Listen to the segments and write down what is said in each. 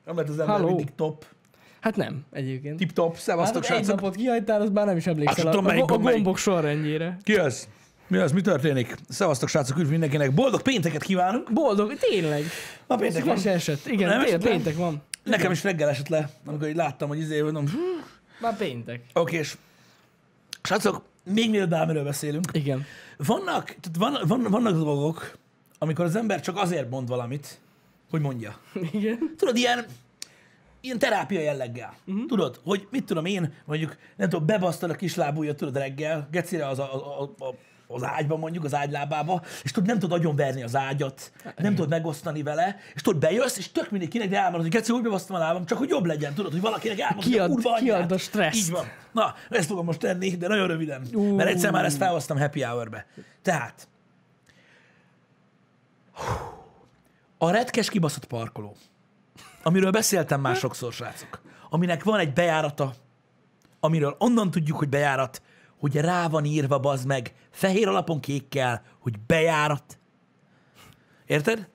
Nem lett az ember mindig top. Hát nem, egyébként. Tip-top, szevasztok, Hát egy srácok. napot kihagytál, az már nem is emlékszel tudom, melyik a gomb, melyik. gombok sorrendjére. Ki az? Mi az? Mi történik? Szevasztok, srácok, üdv mindenkinek. Boldog pénteket kívánunk. Boldog, tényleg. Ma péntek van. Esett. Igen, Nem esett le? péntek van. Nekem is reggel esett le, amikor így láttam, hogy mondom. Már péntek. Oké, és srácok, még mielőtt bármiről beszélünk. Igen. Vannak dolgok, amikor az ember csak azért mond valamit, hogy mondja. Igen. Tudod, ilyen terápia jelleggel. Tudod, hogy mit tudom én, mondjuk, nem tudom, bebasztad a kislábújat, tudod, reggel, gecire az ágyban mondjuk, az ágylábába, és tudod, nem tudod agyonverni az ágyat, nem tudod megosztani vele, és tudod, bejössz, és tök mindenkinek, de elmondod, hogy geci, úgy bebasztam a lábam, csak hogy jobb legyen, tudod, hogy valakinek elmondod, hogy a kurva anyját. Kiad a stresszt. Így van. Na, ezt fogom most tenni, de nagyon röviden, mert egyszer már ezt felhoztam happy hour-be. Tehát, a retkes kibaszott parkoló, amiről beszéltem már sokszor, srácok, aminek van egy bejárata, amiről onnan tudjuk, hogy bejárat, hogy rá van írva, bazd meg, fehér alapon kékkel, hogy bejárat. Érted?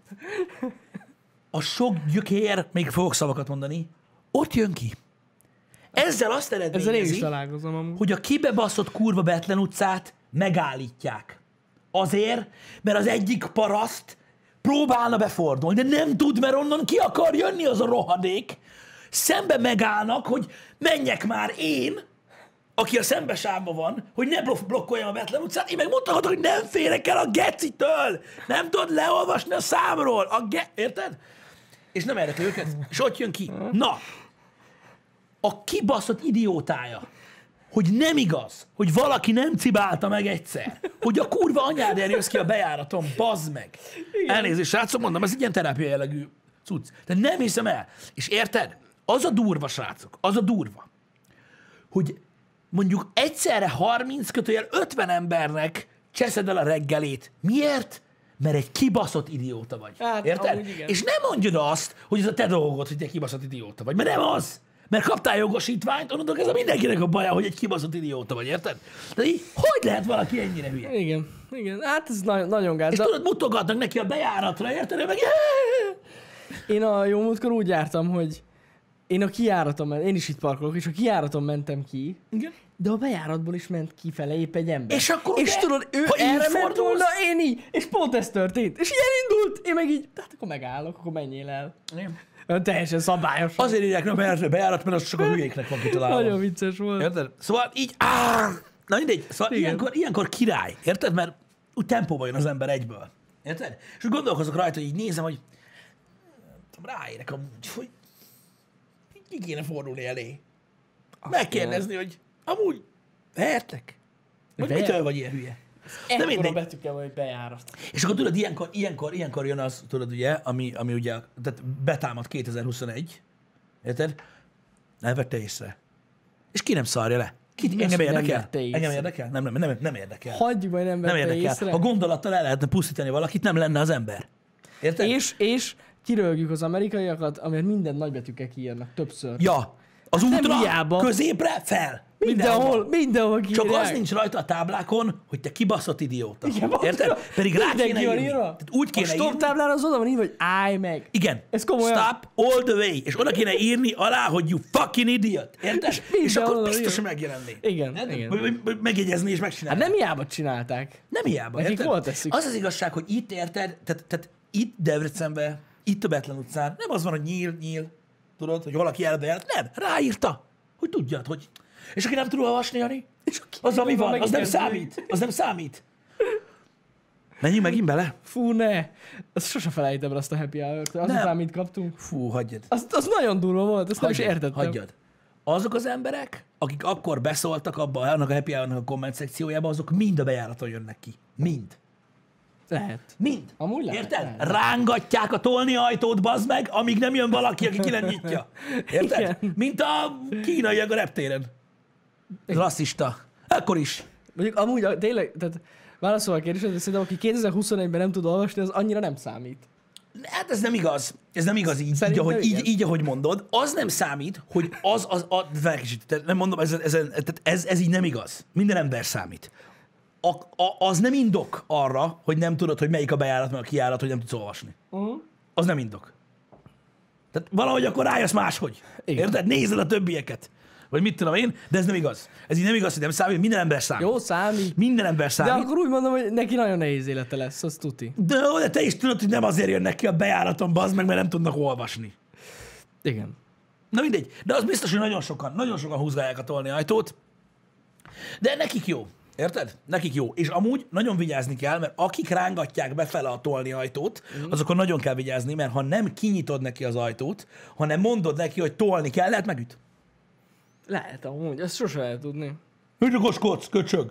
A sok gyökér, még fogok szavakat mondani, ott jön ki. Ezzel azt Ezzel én is eredményezi, találkozom amúgy. hogy a kibebaszott kurva Betlen utcát megállítják. Azért, mert az egyik paraszt próbálna befordulni, de nem tud, mert onnan ki akar jönni az a rohadék. Szembe megállnak, hogy menjek már én, aki a szembesávban van, hogy ne blokkoljam a Betlen utcát, én meg mondtam, hogy nem férek el a gecitől. Nem tudod leolvasni a számról. Érted? És nem érdekel őket. És ott jön ki. Na, a kibaszott idiótája, hogy nem igaz, hogy valaki nem cibálta meg egyszer, hogy a kurva anyádért jössz ki a bejáraton, bazd meg. Igen. Elnézést, srácok, mondom, ez egy ilyen terápia jellegű cucc. De nem hiszem el. És érted? Az a durva, srácok, az a durva, hogy mondjuk egyszerre 30-50 embernek cseszed el a reggelét. Miért? Mert egy kibaszott idióta vagy. Hát, érted? És nem mondjad azt, hogy ez a te dolgod, hogy te kibaszott idióta vagy. Mert nem az. Mert kaptál jogosítványt, onnantól ez a mindenkinek a baja, hogy egy kibaszott idióta vagy, érted? De így, hogy lehet valaki ennyire hülye? Igen. Hát ez nagyon gáz. És tudod, mutogatnak neki a bejáratra, érted? Ő meg... Én a jó múltkor úgy jártam, hogy én a kijáraton én is itt parkolok, és a kijáraton mentem ki, Igen. de a bejáratból is ment kifele épp egy ember. És akkor és tudod, ő erre ment volna, én így, és pont ez történt. És így elindult, én meg így, hát akkor megállok, akkor menjél el. Igen. Teljesen szabályos. Azért írják nem bejárat, mert az csak a hülyéknek van kitalálva. Nagyon vicces volt. Érted? Szóval így, na mindegy, szóval ilyenkor király, érted? Mert úgy tempóba jön az ember egyből. Érted? És úgy gondolkozok rajta, hogy így nézem, hogy ráérek amúgy, hogy ki kéne fordulni elé. Megkérdezni, hogy amúgy vehettek? Vagy mitől vagy ilyen hülye? De mindegy. Betűkkel vagy bejárat. És akkor tudod, ilyenkor jön az, tudod ugye, ami ugye, tehát betámad 2021, érted? Nem vette észre. És ki nem szarja le? Engem érdekel? Engem érdekel? Nem érdekel. Hagyjuk, vagy nem vette észre. Ha gondolattal el lehetne pusztítani valakit, nem lenne az ember. Érted? És kirögjük az amerikaiakat, amért minden nagybetűkkel kiírnak többször. Ja, az útra, középre, fel. Mindenhol kiírják. Csak az nincs rajta a táblákon, hogy te kibaszott idióta. Igen, érted? Pedig rá kéne írni. Úgy kéne írni. A stop táblára az oda van írva, hogy állj meg. Igen. Ez komolyan. Stop all the way. És oda kéne írni alá, hogy you fucking idiot. Érted? És akkor biztosan megjelenni. Igen. Megjegyezni és megcsinálni. Hát nem hiába csinálták. Nem hiába, érted? Az az igazság, hogy itt érted, tehát itt Debrecenben, itt a Betlen utcán, nem az van, hogy nyíl, tudod, hogy valaki elbejárt. Nem, ráírta, hogy tudjad, hogy... És aki nem tud olvasni, Jani, az ami van, az nem számít. Az nem számít. Menjünk megint bele? Fú, ne. Azt sose felejtem azt a happy hour-t. Azután, mint kaptunk. Fú, hagyjad. Az nagyon durva volt, azt nem is értettem. Hagyjad. Azok az emberek, akik akkor beszóltak abba, annak a happy hour-nak a komment szekciójába, azok mind a bejáraton jönnek ki. Mind. Lehet. Mind. Amúgy lehet. Érted? Lehet. Rángatják a tolni ajtót, bazd meg, amíg nem jön valaki, aki ki nem nyitja. Érted? Igen. Mint a kínaiak a reptéren. Rasszista. Akkor is. Mondjuk amúgy tényleg, tehát válaszolva a kérdésre, szerintem aki 2021-ben nem tud olvasni, az annyira nem számít. Hát ez nem igaz. Ez nem igaz így, ahogy mondod. Az nem számít, hogy nem mondom, ez így nem igaz. Minden ember számít. Az nem indok arra, hogy nem tudod, hogy melyik a bejárat, meg a kijárat, hogy nem tudsz olvasni. Az nem indok. Tehát valahogy akkor rájössz máshogy. Igen. Érted? Nézed a többieket. Vagy mit tudom én, de ez nem igaz. Ez így nem igaz, hogy nem számít, minden ember számít. Jó, számít. Minden ember De számít. akkor úgy mondom, hogy neki nagyon nehéz élete lesz, az tuti. De te is tudod, hogy nem azért jönnek ki a bejáraton, bazd meg, mert nem tudnak olvasni. Igen. Na mindegy, de az biztos, hogy nagyon sokan húzgálják a tolni ajtót, de nekik jó. Érted? Nekik jó. És amúgy nagyon vigyázni kell, mert akik rángatják befele a tolni ajtót, azokon nagyon kell vigyázni, mert ha nem kinyitod neki az ajtót, hanem mondod neki, hogy tolni kell, lehet megüt. Lehet amúgy, ezt sose lehet tudni. Hogy okoskodsz, köcsög?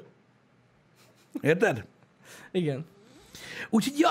Érted? Igen. Úgyhogy ja,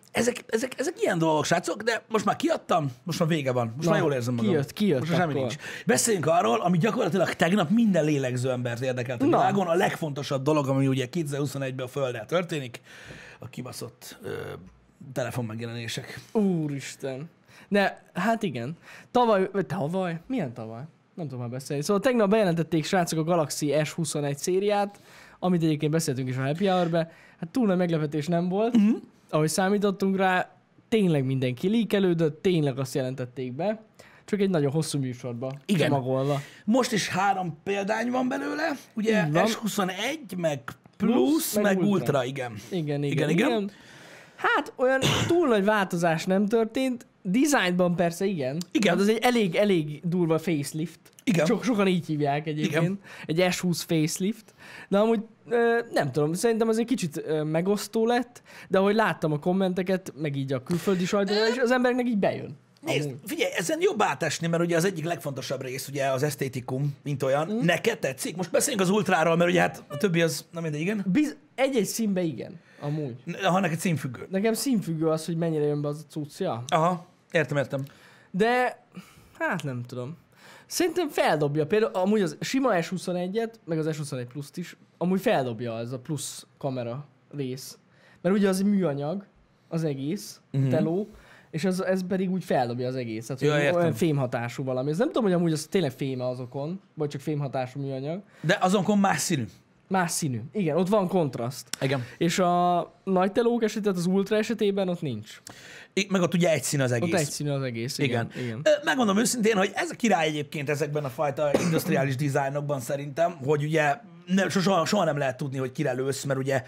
ezek ilyen dolgok, srácok, de most már kiadtam, most már vége van. Most Na, már jól érzem magam. kijött most már semmi akkor. nincs. Beszéljünk arról, ami gyakorlatilag tegnap minden lélegző embert érdekelt a Na. világon. A legfontosabb dolog, ami ugye 2021-ben a Földdel történik, a kibaszott telefon megjelenések. Úristen. De hát igen. Tavaly? Milyen tavaly? Nem tudom már beszélni. Szóval tegnap bejelentették, srácok, a Galaxy S21 szériát, amit egyébként beszéltünk is a Happy Hour-be. Hát túl nagy meglepetés nem volt, ahogy számítottunk rá. Tényleg mindenki líkelődött, tényleg azt jelentették be. Csak egy nagyon hosszú műsorba Igen. csomagolva. Most is 3 példány van belőle, ugye Így van. S21, meg Plus, meg Ultra, igen. Igen. Hát olyan túl nagy változás nem történt. Designban persze igen. Igen. Hát az egy elég durva facelift. Igen. Sokan így hívják egyébként. Igen. Egy S20 facelift. De amúgy nem tudom, szerintem az egy kicsit megosztó lett, de ahogy láttam a kommenteket, meg így a külföldi sajtóban, és az embereknek így bejön. Nézd, Amúgy. figyelj, ezen jobb átesni, mert ugye az egyik legfontosabb rész ugye az esztétikum, mint olyan. Neked tetszik? Most beszéljünk az Ultráról, mert ugye hát a többi az, nem mindegy, igen. Egy-egy színbe igen, amúgy. Ha neked színfüggő. Nekem színfüggő az, hogy mennyire jön be az a cuccia. Aha, értem. De, hát nem tudom. Szerintem feldobja. Például amúgy az sima S21-et, meg az S21 Plus-t is, amúgy feldobja ez a plusz kamera rész. Mert ugye az egy műanyag, az egész, teló, és ez pedig úgy feldobja az egészet. Ja, hogy értem. olyan fémhatású valami. Ez nem tudom, hogy amúgy az tényleg féme azokon, vagy csak fémhatású műanyag. De azonkon más színű. Más színű. Igen, ott van kontraszt. Igen. És a nagy telók esetében, az Ultra esetében ott nincs. Meg ott ugye egy szín az egész. Ott egy színű az egész. Igen. Megmondom őszintén, hogy ez a király egyébként ezekben a fajta industriális dizájnokban szerintem, hogy ugye soha nem lehet tudni, hogy kire lősz, mert ugye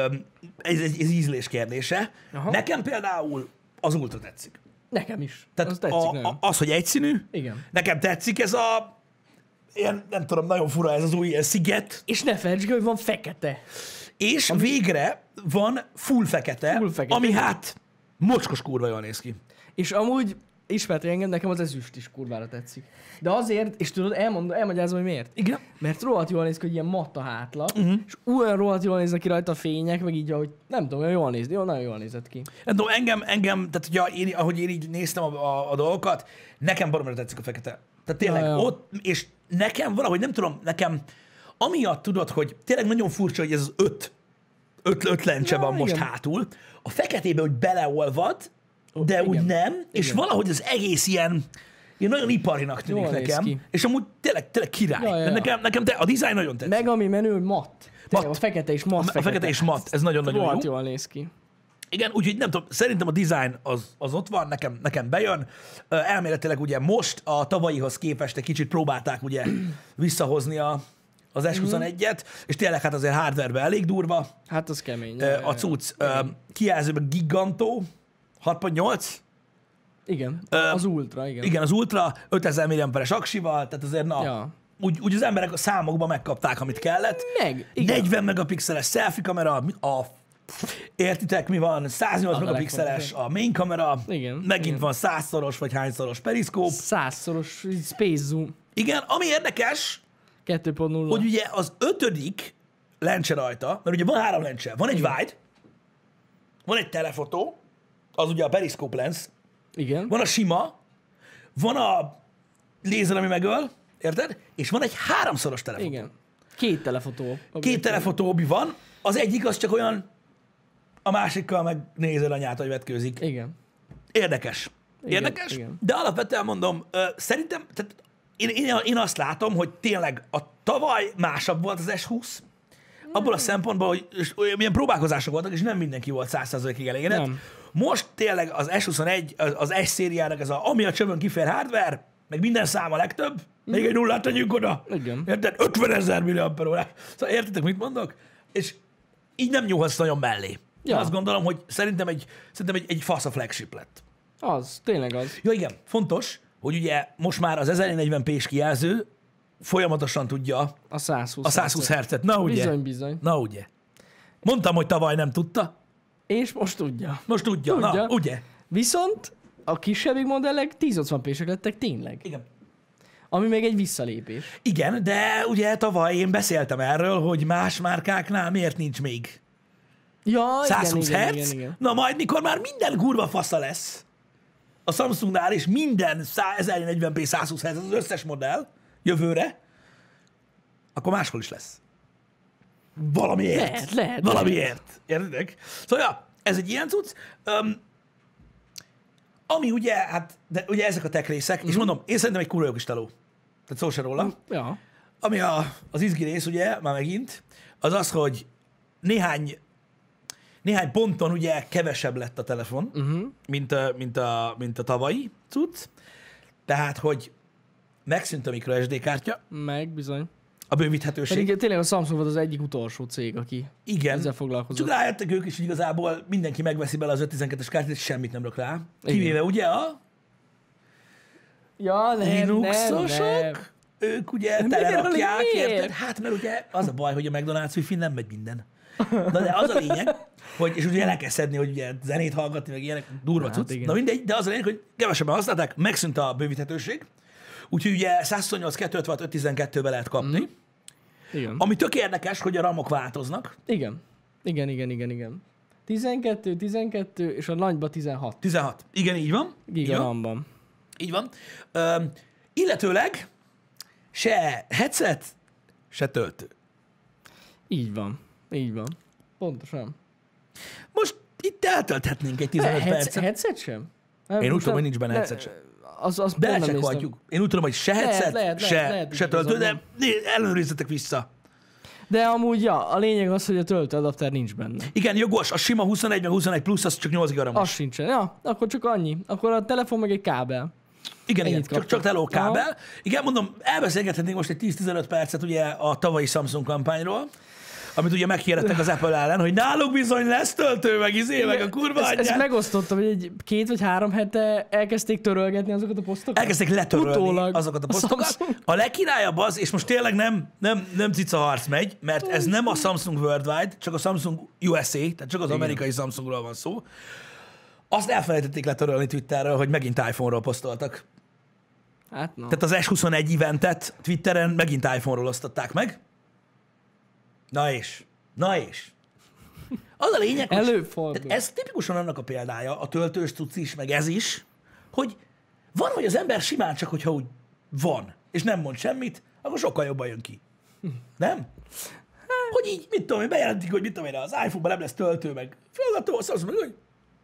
ez ízlés kérdése. Aha. Nekem például az Ultra tetszik. Nekem is. Tehát Az tetszik nagyon. az, hogy egyszínű, Igen. nekem tetszik ez a ilyen, nem tudom, nagyon fura ez az új ilyen sziget, És ne felejtsd, hogy van fekete. és végre van full fekete, ami hát mocskos kurva jól néz ki. És amúgy ismertél engem, nekem az ezüst is kurvára tetszik. De azért, és tudod, elmagyarázom, hogy miért. Igen. Mert rohadt jól néz ki, hogy ilyen matta hátla, és olyan rohadt jól néznek ki rajta a fények, meg így, ahogy nem tudom, olyan jól nézni, nagyon jól nézett ki. Nem tudom, engem tehát ugye ahogy én így néztem a dolgokat, nekem baromra tetszik a fekete. Tehát tényleg Ja. ott, és nekem valahogy nem tudom, nekem amiatt tudod, hogy tényleg nagyon furcsa, hogy ez az öt lencse Ja, van most igen. hátul, a feketébe, hogy beleolvad, de úgy igen. nem, és Igen. valahogy az egész ilyen nagyon iparinak tűnik Jól néz nekem, ki. és amúgy tényleg király. Ja. De nekem a design nagyon tetszik. Meg ami menő, hogy matt. Tényleg, Matt. a fekete és matt A fekete és matt, ez nagyon-nagyon Rohadt jó. jól néz ki. Igen, úgyhogy nem tudom, szerintem a design az ott van, nekem bejön. Elméletileg ugye most a tavalyihoz képest egy kicsit próbálták ugye visszahozni az S21-et, és tényleg hát azért hardware-ben elég durva. Hát az kemény. A cucc kijelzőben Gigantó, 6.8. Igen, az Ultra, igen. Igen, az Ultra 5000 mAh-es aksival, tehát azért Ja. úgy az emberek a számokban megkapták, amit kellett. Meg, igen. 40 megapixeles selfie kamera, értitek mi van, 108 Az a megapixeles legfontosabb. a main kamera, Igen, megint igen. van 100-szoros vagy hányszoros periszkóp. 100-szoros Space Zoom Igen, ami érdekes, 2.0. hogy ugye az 5. lencse rajta, mert ugye van 3 lencse, van egy wide, van egy telefotó, az ugye a periszkóp lens, Igen. van a sima, van a lézer, ami megöl, érted? És van egy 3-szoros telefotó. Igen. 2 telefotó. 2 telefotóbi van, az egyik az csak olyan, a másikkal meg nézel anyát, hogy vetkőzik. Igen. Érdekes. Igen, Érdekes, igen. de alapvetően mondom, szerintem, tehát én azt látom, hogy tényleg a tavaly másabb volt az S20, abból a szempontból, hogy milyen próbálkozások voltak, és nem mindenki volt 100%-ig elégedett. Nem. most tényleg az S21, az S szériának ez ami a csövön kifér hardware, meg minden szám a legtöbb, még egy nullát tegyünk oda. Igen. Érted? 50 000 mAh. Szóval értitek, mit mondok? És így nem nyúlhatsz nagyon mellé. Ja. Azt gondolom, hogy szerintem egy fasz a flagship lett. Az, tényleg az. Ja igen, fontos, hogy ugye most már az 1040p-s kijelző folyamatosan tudja A 120 a 120 Hz-et. Na ugye? Bizony. Na ugye? Mondtam, hogy tavaly nem tudta. És most tudja. Most tudja. Na, ugye? Viszont a kisebbik modellek 1080p-sek lettek tényleg. Igen. Ami még egy visszalépés. Igen, de ugye tavaly én beszéltem erről, hogy más márkáknál miért nincs még Ja, 120 igen, Hz. igen. Na majd, mikor már minden kurva fasza lesz a Samsungnál, és minden 1040p 120 Hz, az összes modell jövőre, akkor máshol is lesz. Valamiért. Lehet. Valamiért. Értedek? Szóval, ja, ez egy ilyen cucc. Ami ugye, hát, de ugye ezek a tech részek, és mondom, én szerintem egy kurva jó kis teló. Tehát szó se róla. Ja. Ami az izgi rész, ugye, már megint, az az, hogy néhány ponton ugye kevesebb lett a telefon, mint a tavalyi cucc. Tehát, hogy megszűnt a microSD kártya, Meg bizony. a bővíthetőség. Pedig tényleg a Samsung volt az egyik utolsó cég, aki Igen. ezzel foglalkozott. Csak rájöttek ők is, hogy igazából mindenki megveszi bele az 512-es kártyát, és semmit nem rak rá. Kivéve ugye a Ja, nem. Linuxosok, ők ugye telerakják, miért? érted? Hát mert ugye az a baj, hogy a McDonald's wifi nem megy minden. Na de az a lényeg, hogy, és ugye el kell szedni, hogy ugye zenét hallgatni, meg ilyenek, durva Hát cucc. igen. Na mindegy, de az a lényeg, hogy kevesebben használták, megszűnt a bővíthetőség, úgyhogy ugye 128 256 512-be lehet kapni. Igen. Ami tök érdekes, hogy a RAM-ok változnak. Igen. 12, és a nagyba 16 16. Igen, így van. giga RAM-ban. Így van. Illetőleg se headset, se töltő. Így van. Pontosan. Most itt eltölthetnénk egy 15 percet. Headset sem? Én úgy tudom, hogy nincs benne headset sem. Az Belecsekkoljuk. Én úgy tudom, hogy se headset, lehet, se töltő, de igazad ellenőrizzetek vissza. De amúgy, ja, a lényeg az, hogy a töltőadapter nincs benne. Igen, jogos, a sima 21 meg 21 plusz, az csak 8 GB. Az sincsen. Ja, akkor csak annyi. Akkor a telefon meg egy kábel. Igen, ennyit csak teló kábel. Aha. Igen, mondom, elbeszélgethetnénk most egy 10-15 percet ugye a tavalyi Samsung kampányról, amit ugye meghirdettek az Apple ellen, hogy náluk bizony lesz töltő, meg meg a kurva Ezt anyját. megosztottam, hogy egy 2 vagy 3 hete elkezdték törölgetni azokat a posztokat. Elkezdték letörölni Utólag azokat a posztokat. Samsung. A legkirályabb az, és most tényleg nem cica harc megy, mert ez nem a Samsung Worldwide, csak a Samsung USA, tehát csak az amerikai Samsungról van szó. Azt elfelejtették letörölni Twitterről, hogy megint iPhone-ról posztoltak. Hát na. Tehát az S21 eventet Twitteren megint iPhone-ról osztották meg. Na és. Az a lényeg, hogy Előfordul. ez tipikusan annak a példája, a töltős cucc is, meg ez is, hogy van, hogy az ember simán csak, hogyha úgy van, és nem mond semmit, akkor sokkal jobban jön ki. Nem? Hogy így, mit tudom én, bejelentik, hogy mit tudom én, az iPhone-ban nem lesz töltő, meg feladattól, azt meg, hogy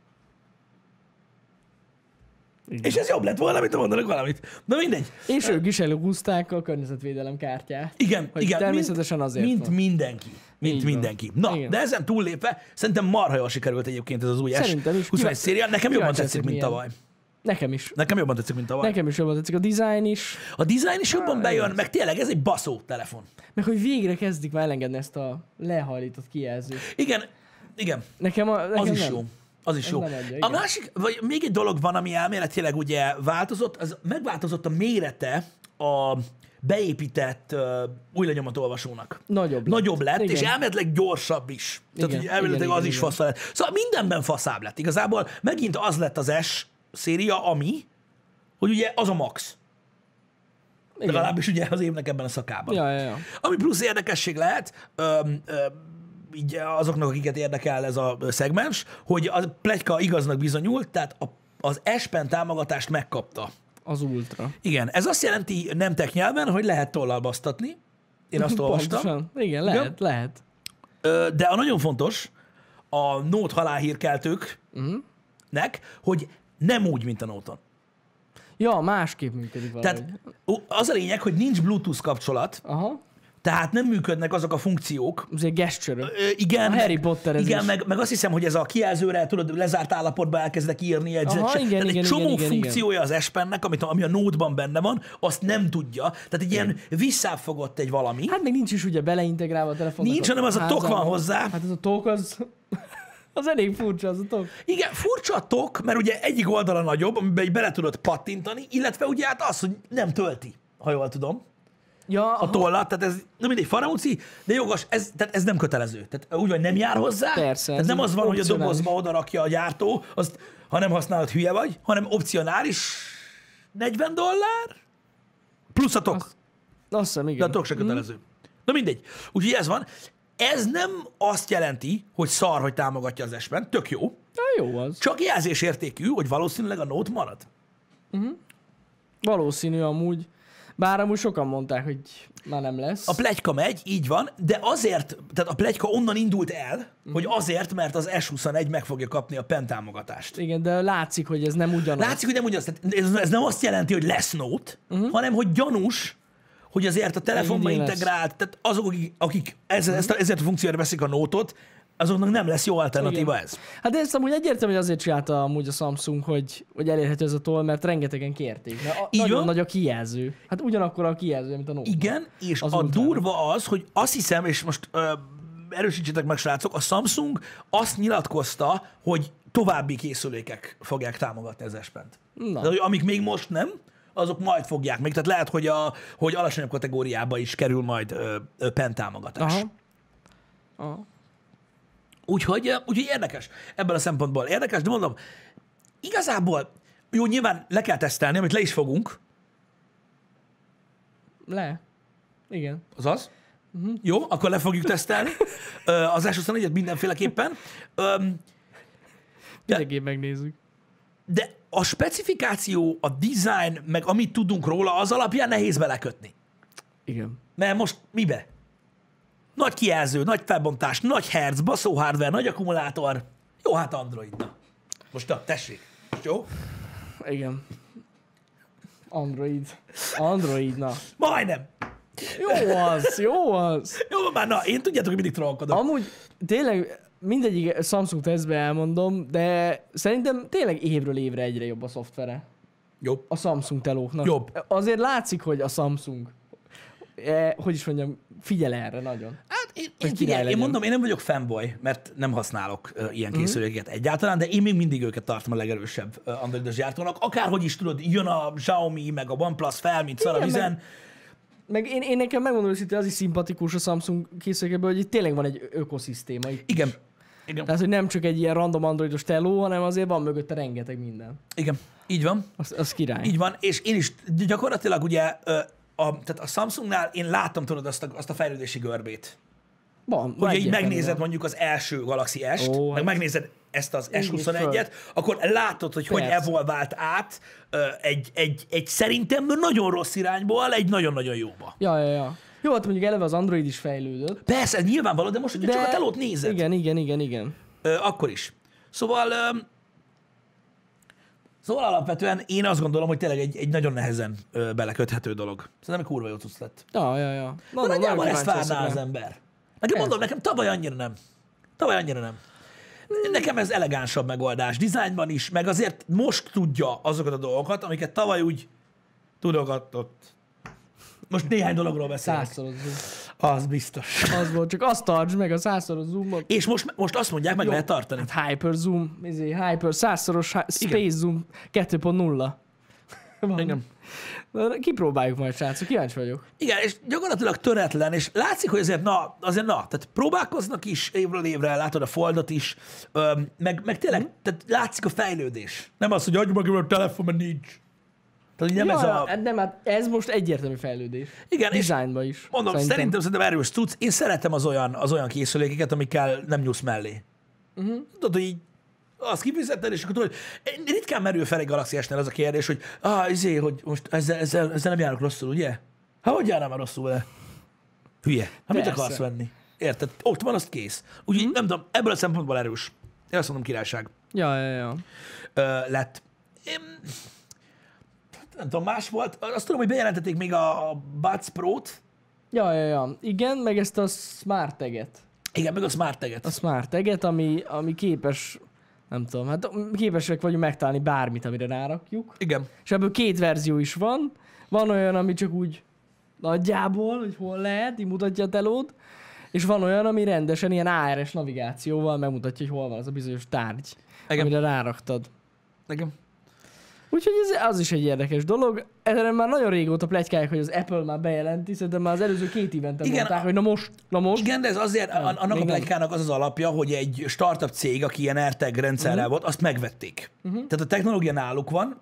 Igen. és ez jobb lett volna, mint mondanak valamit. Na mindegy. És ők is előhúzták a környezetvédelem kártyát. Igen, Hogy igen. természetesen azért mint van. mindenki. Mint Így van. mindenki. Na, Igen. de ezen túllépve, szerintem marha jól sikerült egyébként ez az új Szerintem is. S21 széria. Nekem jobban kíváncsi tetszik, leszek, mint milyen. tavaly. Nekem is. Nekem jobban tetszik, mint tavaly. Nekem is jobban tetszik. A design is. A design is jobban bejön, ez. meg tényleg ez egy baszó telefon. Meg hogy végre kezdik már elengedni ezt a lehajlított kijelzőt. Igen, Nekem az is nem. jó. Az is Ez jó. nem adja, A igen. másik, vagy még egy dolog van, ami elméletileg ugye változott, az megváltozott a mérete a beépített új lenyomatolvasónak. Nagyobb lett, Igen. és elméletileg gyorsabb is. Tehát, Igen, hogy elméletileg igen, az is igen. fasz lett. Szóval mindenben faszább lett. Igazából megint az lett az S széria, hogy ugye az a max. Igen. Legalábbis ugye az évnek ebben a szakában. Ja. Ami plusz érdekesség lehet, így azoknak, akiket érdekel ez a szegmens, hogy a pletyka igaznak bizonyult, tehát az S Pen támogatást megkapta. Az Ultra. Igen, ez azt jelenti nem tech nyelven, hogy lehet tollal basztatni. Én azt olvastam. Pontosan. Igen, lehet. De a nagyon fontos a Note halálhírkeltőknek, hogy nem úgy, mint a Note-on. Ja, másképp működik valahogy. Tehát az a lényeg, hogy nincs Bluetooth kapcsolat, Aha. tehát nem működnek azok a funkciók. Ez egy gesture. Igen, A Harry Potter ez igen, is. meg azt hiszem, hogy ez a kijelzőre, tudod, lezárt állapotban elkezdek írni jegyzet. Aha, igen, Tehát igen, egy csomó igen, funkciója az S Pennek, ami a Note-ban benne van, azt nem tudja. Tehát egy ilyen visszáfogott egy valami. Hát még nincs is ugye beleintegrálva a telefonnak. Nincs, hanem az a tok van hozzá. Hát ez a tok az... az elég furcsa, az a tok. Igen, furcsa a tok, mert ugye egyik oldala nagyobb, amiben így bele tudod pattintani, illetve ugye hát az, hogy nem tölti, ha jól tudom, Ja, a tollat, tehát ez nem mindegy faramúci, de jogos, tehát ez nem kötelező. Tehát úgy, hogy nem jár hozzá, Persze, tehát ez nem az van, hogy a opcionális. dobozba oda rakja a gyártó, azt, ha nem használod, hülye vagy, hanem opcionális $40, plusz a tok. Azt hiszem, De igen. a tok se kötelező. Na mindegy. Úgyhogy ez van. Ez nem azt jelenti, hogy szar, hogy támogatja az S-Pen, tök jó, Na, jó az. csak jelzésértékű, hogy valószínűleg a Note marad. Valószínű amúgy. Bár amúgy sokan mondták, hogy már nem lesz. A pletyka megy, így van, de azért, tehát a pletyka onnan indult el, hogy azért, mert az S21 meg fogja kapni a pen támogatást. Igen, de látszik, hogy ez nem ugyanaz. Látszik, hogy nem ugyanaz, tehát ez nem azt jelenti, hogy lesz Note, hanem hogy gyanús, hogy azért a telefonba idén lesz. integrált, tehát azok, akik ezért a funkcióra veszik a Note-ot, azoknak nem lesz jó alternatíva Igen. ez. Hát de ezt amúgy egyértelmű, hogy azért csinálta amúgy a Samsung, hogy elérhető ez a toll, mert rengetegen kérték. Mert Így nagyon van. nagy a kijelző. Hát ugyanakkor a kijelző, mint a Note. Igen, és Az a ultrának. durva az, hogy azt hiszem, és most erősítsétek meg, srácok, a Samsung azt nyilatkozta, hogy további készülékek fogják támogatni az S Pen-t. Na. De, hogy amik még most nem, azok majd fogják még. Tehát lehet, hogy alacsonyabb kategóriába is kerül majd pen támogatás. Aha. Aha. Úgyhogy érdekes. Ebből a szempontból érdekes, de mondom, igazából, jó, nyilván le kell tesztelni, amit le is fogunk, Le. Igen. azaz. Jó, akkor le fogjuk tesztelni. Az S24-et mindenféleképpen. Mindenképp megnézzük. De a specifikáció, a design, meg amit tudunk róla, az alapján nehéz belekötni. Igen. Mert most mibe? Nagy kijelző, nagy felbontás, nagy hertz, baszó hardware, nagy akkumulátor. Jó, hát Android, na. Most tessék. Most jó? Igen. Android, na. Majdnem. Jó az. Jó, már na, én tudjátok, hogy mindig trollkodom. Amúgy tényleg mindegyik Samsung tesztbe elmondom, de szerintem tényleg évről évre egyre jobb a szoftvere. Jó. A Samsung telóknak. Jobb. Azért látszik, hogy a Samsung, hogy is mondjam, figyel erre nagyon. Hát én király figyelj, én legyen. mondom, én nem vagyok fanboy, mert nem használok ilyen készülékeket egyáltalán, de én még mindig őket tartom a legerősebb androidos gyártónak. Akárhogy is tudod, jön a Xiaomi, meg a OnePlus fel, mint szar a Igen, vizen. Meg én nekem megmondom őszintén, az is szimpatikus a Samsung készülékekből, hogy itt tényleg van egy ökoszisztéma. Igen. Igen. Tehát, hogy nem csak egy ilyen random androidos teló, hanem azért van mögötte rengeteg minden. Igen. Így van. Az király. Így van, és én is gyakorlatilag ugye tehát a Samsungnál én láttam, tudod, azt a fejlődési görbét. Van. Hogyha így egyértelmű megnézed van. mondjuk az első Galaxy S-t, Ó, meg hát. megnézed ezt az Így S21-et, akkor látod, hogy hogy Persze. evolvált át egy szerintem nagyon rossz irányból egy nagyon-nagyon jóba. Ja. Jó, hát mondjuk eleve az Android is fejlődött. Persze, ez nyilvánvaló, de most, hogyha csak a telót nézed, Igen. akkor is. Szóval alapvetően én azt gondolom, hogy tényleg egy nagyon nehezen beleköthető dolog. Szerintem egy kurva jó cucc lett. Ja. Na, nagyjából ezt kíváncsi várná leszek az rá. ember. Nekem mondom, nekem tavaly annyira nem. Nekem ez elegánsabb megoldás, dizájnban is, meg azért most tudja azokat a dolgokat, amiket tavaly úgy tudogatott. Most néhány dologról beszélek. 100-szoros zoom. Az biztos. Az volt, csak azt tartsd meg a 100-szoros zoomot. És most azt mondják, meg lehet tartani. Hát hyper zoom, 100-szoros space zoom 2.0. Van. Igen. Kipróbáljuk majd, srácok, kíváncsi vagyok. Igen, és gyakorlatilag töretlen, és látszik, hogy azért tehát próbálkoznak is évről évre, látod a Foldot is, meg tényleg, tehát látszik a fejlődés. Nem az, hogy adjuk meg a telefon, mert nincs. Tehát így nem ez a... Nem, hát ez most egyértelmű fejlődés. Igen, és Designban is. mondom, szerintem erős tudsz. Én szeretem az olyan készülékeket, amikkel nem nyúlsz mellé. Tudod, hogy így azt kifizetted, és akkor tudod, ritkán merül fel egy Galaxy S-nél az a kérdés, hogy hogy most ezzel nem járok rosszul, ugye? Hogy járnál már rosszul vele? Hülye. Hát mit Persze. akarsz venni? Érted? Ott van, azt kész. Úgyhogy nem tudom, ebből a szempontból erős. Én azt mondom, királyság Ja. lett. Nem tudom, más volt. Azt tudom, hogy bejelentették még a Buds Pro-t. Ja. Igen, meg ezt a Smart Tag-et. Igen, meg a Smart Tag-et. A Smart Tag-et, ami képes, nem tudom, hát képesek vagyunk megtalálni bármit, amire rárakjuk. Igen. És ebből 2 verzió is van. Van olyan, ami csak úgy nagyjából, hogy hol lehet, így mutatja a telód. És van olyan, ami rendesen ilyen ARS navigációval megmutatja, hogy hol van az a bizonyos tárgy, Igen. amire ráraktad. Igen. Úgyhogy az is egy érdekes dolog. Ezen már nagyon régóta pletykálják, hogy az Apple már bejelenti, szerintem már az előző 2 évente mondták, hogy na most. Igen, de ez azért, annak a pletykának az az alapja, hogy egy startup cég, aki ilyen AirTag rendszerrel volt, azt megvették. Tehát a technológia náluk van,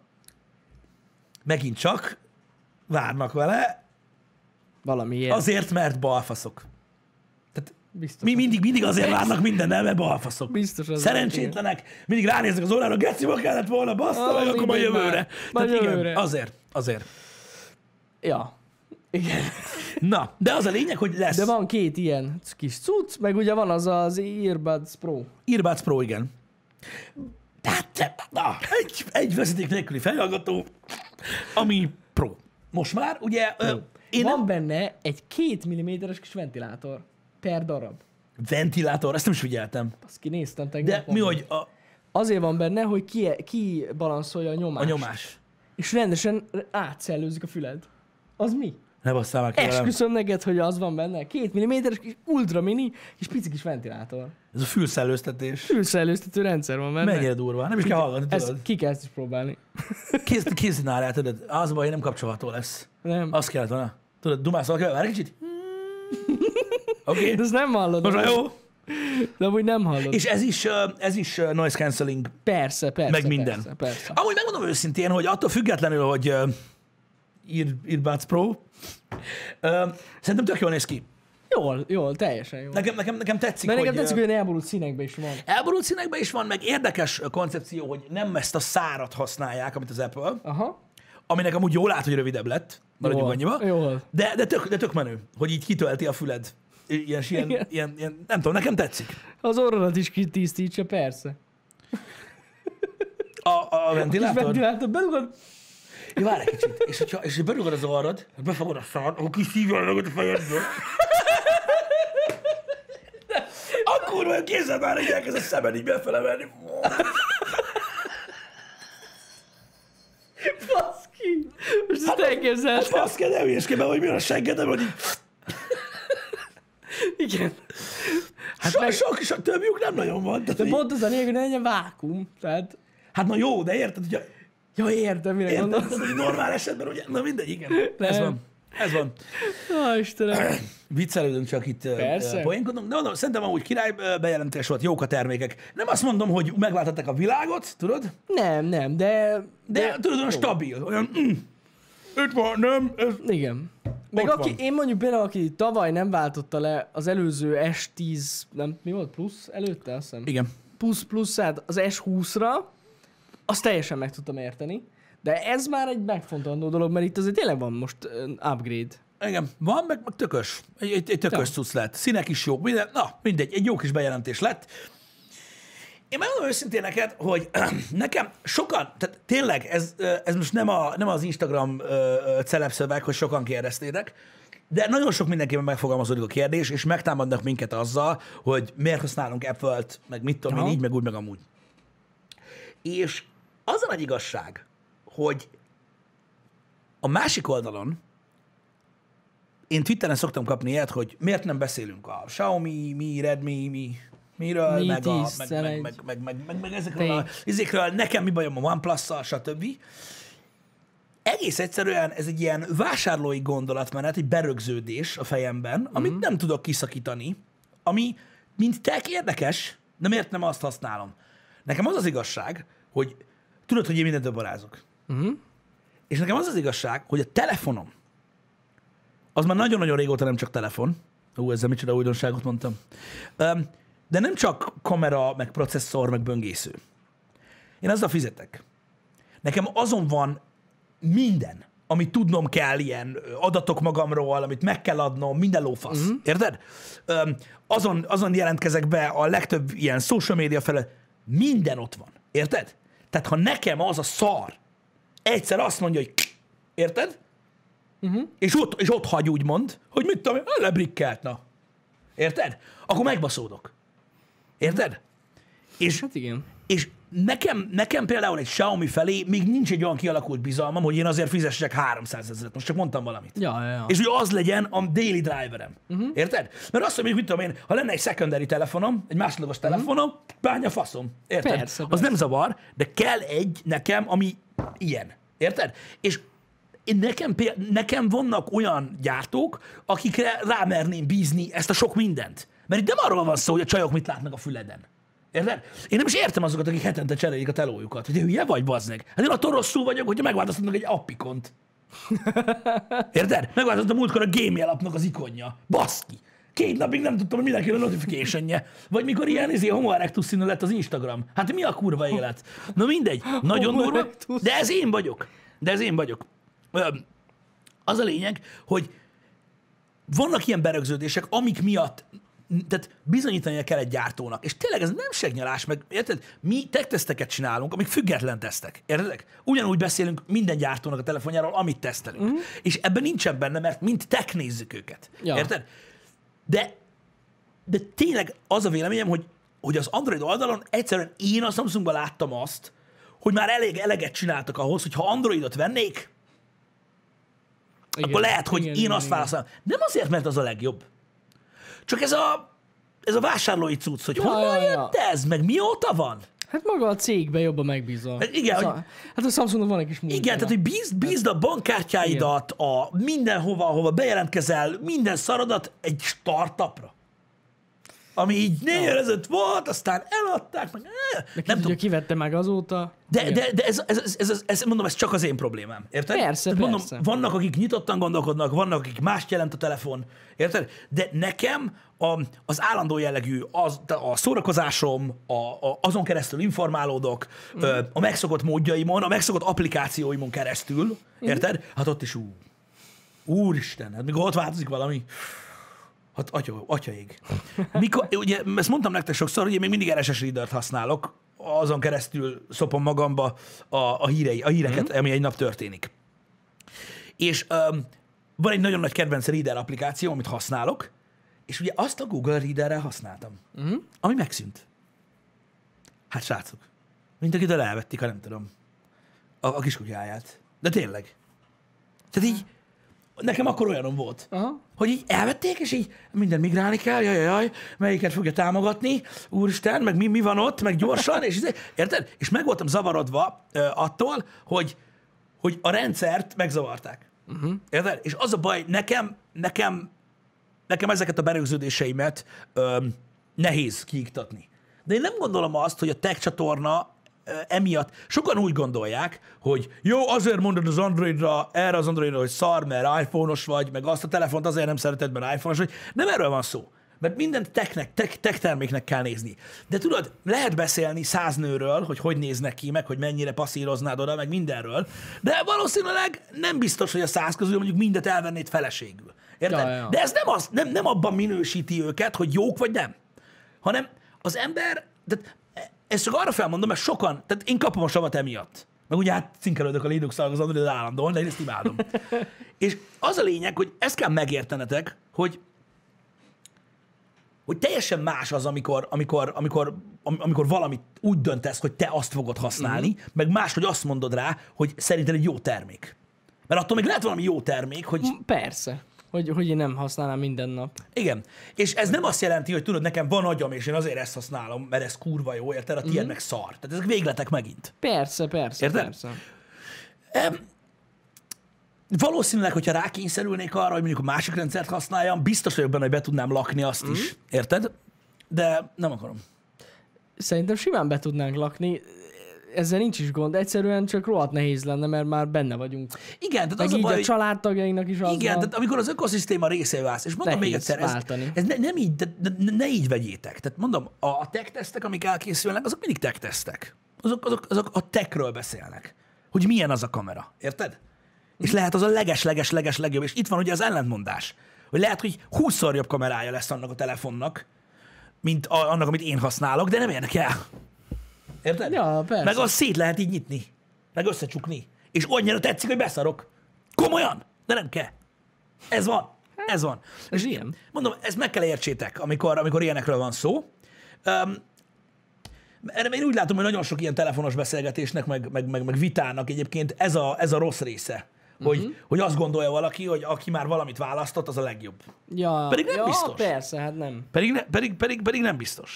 megint csak várnak vele, Valamiért. azért, mert balfaszok. Biztos. Mindig azért várnak mindennel, mert balfaszok. Biztos az. Szerencsétlenek, mindig ránéznek az órára, geciba kellett volna, bassza meg, akkor majd jövőre. Majd Tehát jövőre. igen, azért. Ja. Igen. Na, de az a lényeg, hogy lesz. De van 2 ilyen kis cucc, meg ugye van az Earbuds Pro. Earbuds Pro, igen. Tehát, egy vezeték nélküli fejhallgató, ami Pro. Most már, ugye, Van benne egy 2 mm-es kis ventilátor per darab. ventilátor, ezt nem is figyeltem. Azt kinéztem tegnap. De mi, hogy Azért van benne, hogy ki balanszolja a nyomást. a nyomás? És rendesen átszellőzik a füled. Az mi? Ne basszál már ki velem. Esküszöm neked, hogy az van benne. 2 mm-es kis ultra mini és pici kis ventilátor. Ez a fülszellőztetés. Fülszellőztető rendszer van benne. Mennyire durva. Nem is kell hallgatni, Ezt tudod. ki kell ezt is próbálni. Készítenál el, tudod. Az a baj, nem kapcsolható lesz. Nem. Az kellett volna. Tudod, dumászol kell, várj egy kicsit. Oké. Ezt nem hallod. Most már jó. De amúgy nem hallod. És ez is noise cancelling. Persze. Meg minden. Persze. Amúgy megmondom őszintén, hogy attól függetlenül, hogy Earbuds Pro, szerintem tök jól néz ki. Jól, teljesen jó. Nekem tetszik, Mert nekem hogy tetszik, hogy olyan elborult színekben is van. elborult színekben is van, meg érdekes koncepció, hogy nem ezt a szárat használják, amit az Apple, Aha. aminek amúgy jól lát, hogy rövidebb lett, maradjunk annyiba. Jól. De tök menő, hogy így kitölti a füled. Ilyen, nem tudom, nekem tetszik. Az orrodat is kitisztítsa, persze. A És ventilátor? ventilátor berugod. Ja, várj egy kicsit. És ha berugod az orrod, befogod a szar, akkor kiszívja a fejedből. Akkor majd kézzel már így elkezd a szemed így befele menni. Baszki. Most ezt elképzeltem. Azt kell, ne hülyeskedj, hogy milyen a seggedem, hogy így... Igen. Sok többjük nem nagyon van. Tehát, De így, pont az a lényeg, hogy ne legyen vákum. Tehát, hát na jó, de érted, hogy ja, értem, mire érted, gondolsz. hogy normál esetben, ugye, na mindegy, igen. Ez Nem. van. Ez van. Ó, Istenem. Viccelődünk, csak itt Persze. poénkodunk. De mondom, szerintem amúgy király bejelentés volt, jók a termékek. Nem azt mondom, hogy megváltották a világot, tudod? Nem, de De tudod, olyan stabil, olyan... Itt van, nem? Ez... igen. Meg Ott van. én mondjuk például, aki tavaly nem váltotta le az előző S10, nem, mi volt, plusz előtte, azt hiszem? Igen. Pluszát az S20-ra, azt teljesen meg tudtam érteni. De ez már egy megfontolandó dolog, mert itt azért tényleg van most upgrade. Igen, van, meg tökös. Egy tökös cucc lett. Színek is jók, minden. Na, mindegy, egy jó kis bejelentés lett. Én megmondom őszintén neked, hogy nekem sokan, tehát tényleg ez most nem az Instagram celebszöveg, hogy sokan kérdeztétek, de nagyon sok mindenkiben megfogalmazódik a kérdés, és megtámadnak minket azzal, hogy miért használunk Apple-t, meg mit tudom én, így, meg úgy, meg amúgy. És az a nagy igazság, hogy a másik oldalon én Twitteren szoktam kapni ilyet, hogy miért nem beszélünk a Xiaomi, Redmi, miről, Mi meg, 10, meg ezekről a izékről, nekem mi bajom a OnePlus-szal, stb. Egész egyszerűen ez egy ilyen vásárlói gondolatmenet, egy berögződés a fejemben, amit nem tudok kiszakítani, ami mint tech érdekes, de miért nem azt használom? Nekem az az igazság, hogy tudod, hogy én mindent dobbarázok. És nekem az az igazság, hogy a telefonom, az már nagyon-nagyon régóta nem csak telefon. Ezzel micsoda újdonságot mondtam. De nem csak kamera, meg processzor, meg böngésző. Én azzal fizetek. Nekem azon van minden, amit tudnom kell, ilyen adatok magamról, amit meg kell adnom, minden lófasz. Érted? Azon jelentkezek be a legtöbb ilyen social media felett. Minden ott van. Érted? Tehát ha nekem az a szar egyszer azt mondja, hogy érted? és ott hagy úgymond, hogy mit tudom, lebrikkelt, na. Érted? Akkor megbaszódok. Érted? És, Hát igen. és nekem például egy Xiaomi felé még nincs egy olyan kialakult bizalmam, hogy én azért fizessek 300 000-et. Most csak mondtam valamit. Ja. És hogy az legyen a daily driverem. Érted? Mert azt mondjuk, mit tudom én, ha lenne egy secondary telefonom, egy másodlagos telefonom, bánya faszom. Érted? Persze, Az nem zavar, de kell egy nekem, ami ilyen. Érted? És nekem vannak olyan gyártók, akikre rámerném bízni ezt a sok mindent. Mert itt nem arról van szó, hogy a csajok mit látnak a füleden. Érted? Én nem is értem azokat, akik hetente cserélik a telójukat. Hogy hülye vagy, bazd meg. Hát én attól rosszul vagyok, hogyha megváltoztatnak egy appikont. Érted? Megváltozott a múltkor a game alapnak az ikonja. Baszki. 2 napig nem tudtam, hogy mindenki a notification-je. Vagy mikor ilyen homo erectus színű lett az Instagram. Hát mi a kurva élet? Na mindegy. Nagyon durva. De ez én vagyok. Az a lényeg, hogy vannak ilyen berögződések, amik miatt tehát bizonyítania kell egy gyártónak. És tényleg ez nem segnyalás, meg érted? Mi tech-teszteket csinálunk, amik független tesztek. Érted? Ugyanúgy beszélünk minden gyártónak a telefonjáról, amit tesztelünk. És ebben nincsen benne, mert mind tech nézzük őket. Ja. Érted? De tényleg az a véleményem, hogy az Android oldalon egyszerűen én a Samsungban láttam azt, hogy már eleget csináltak ahhoz, hogy ha Androidot vennék, akkor lehet, hogy én azt válaszolom. Nem azért, mert az a legjobb. Csak ez a vásárlói cucc, hogy honnan jött ez, meg mióta van? Hát maga a cégben jobban megbízol. Hát igen, hát a Samsungnak van egy kis munkája. igen, tehát hogy bízd a bankkártyáidat, a mindenhova, ahova bejelentkezel, minden szaradat egy startupra. Ami így 4 évvel ezelőtt volt, aztán eladták, meg nem tudom. Kivette meg azóta. De ez, mondom, ez csak az én problémám. Érted? Persze. Mondom, vannak, akik nyitottan gondolkodnak, vannak, akik mást jelent a telefon. Érted? De nekem az állandó jellegű, a szórakozásom, azon keresztül informálódok, a megszokott módjaimon, a megszokott applikációimon keresztül. Érted? Hát ott is úristen, hát mikor ott változik valami. Hát atyaig. Ugye, ezt mondtam nektek sokszor, hogy én még mindig RSS Reader-t használok, azon keresztül szopom magamba a híreket, ami egy nap történik. És van egy nagyon nagy kedvenc Reader applikáció, amit használok, és ugye azt a Google Readerrel használtam, ami megszűnt. Hát srácok, mint akitől elvették, ha nem tudom, a kiskutyáját. De tényleg. Tehát így, nekem akkor olyanom volt, hogy így elvették, és így minden migrálni kell, jaj, melyiket fogja támogatni, úristen, meg mi van ott, meg gyorsan, és érted? És meg voltam zavarodva attól, hogy a rendszert megzavarták. Érted? És az a baj, nekem ezeket a berögződéseimet nehéz kiiktatni. De én nem gondolom azt, hogy a tech csatorna emiatt sokan úgy gondolják, hogy jó, azért mondod az Androidra, erre az Androidra, hogy szar, mert iPhone-os vagy, meg azt a telefont azért nem szereted, mert iPhone-os vagy. Nem erről van szó. Mert mindent tech terméknek kell nézni. De tudod, lehet beszélni 100 nőről, hogy néznek ki, meg hogy mennyire passzíroznád oda, meg mindenről, de valószínűleg nem biztos, hogy a 100 közül mondjuk mindet elvennéd feleségül. Érted? Ja. De ez nem abban minősíti őket, hogy jók vagy nem, hanem az ember, ezt csak arra felmondom, mert sokan, tehát én kapom a savat emiatt. Meg ugye hát cinkelődök a Linux-szal az Android állandóan, de én ezt imádom. És az a lényeg, hogy ezt kell megértenetek, hogy teljesen más az, amikor valamit úgy döntesz, hogy te azt fogod használni, meg más, hogy azt mondod rá, hogy szerinted egy jó termék. Mert attól még lehet valami jó termék, hogy... Persze. Hogy én nem használnám minden nap. Igen. És ez nem azt jelenti, hogy tudod, nekem van agyam, és én azért ezt használom, mert ez kurva jó, érted? A tiéd meg szar. Tehát ezek végletek megint. Persze. Érted? Valószínűleg, hogyha rákényszerülnék arra, hogy mondjuk a másik rendszert használjam, biztos vagyok benne, hogy be tudnám lakni azt is. Érted? De nem akarom. Szerintem simán be tudnánk lakni. Ezzel nincs is gond, egyszerűen csak rohadt nehéz lenne, mert már benne vagyunk. Igen, tehát meg az így a baj, a családtagjainak is az igen, van. tehát amikor az ökoszisztéma részévé válsz, és mondom még egyszer, ez nem így, ne így vegyétek. Tehát mondom, a tech tesztek, amik elkészülnek, azok mindig tech tesztek. Azok a techről beszélnek. Hogy milyen az a kamera, érted? És lehet az a leges legjobb, és itt van ugye az ellentmondás. Hogy lehet, hogy 20-szor jobb kamerája lesz annak a telefonnak, mint annak, amit én használok, de nem érdekel. Érted? Ja, persze. Meg azt szét lehet így nyitni. Meg összecsukni. És annyira tetszik, hogy beszarok. Komolyan? De nem kell. Ez van. Ez van. Ez ilyen. Mondom, ezt meg kell értsétek, amikor ilyenekről van szó. Én úgy látom, hogy nagyon sok ilyen telefonos beszélgetésnek, meg vitának egyébként ez a rossz része. Hogy azt gondolja valaki, hogy aki már valamit választott, az a legjobb. Ja, Pedig nem biztos. Persze, hát nem. Pedig nem biztos.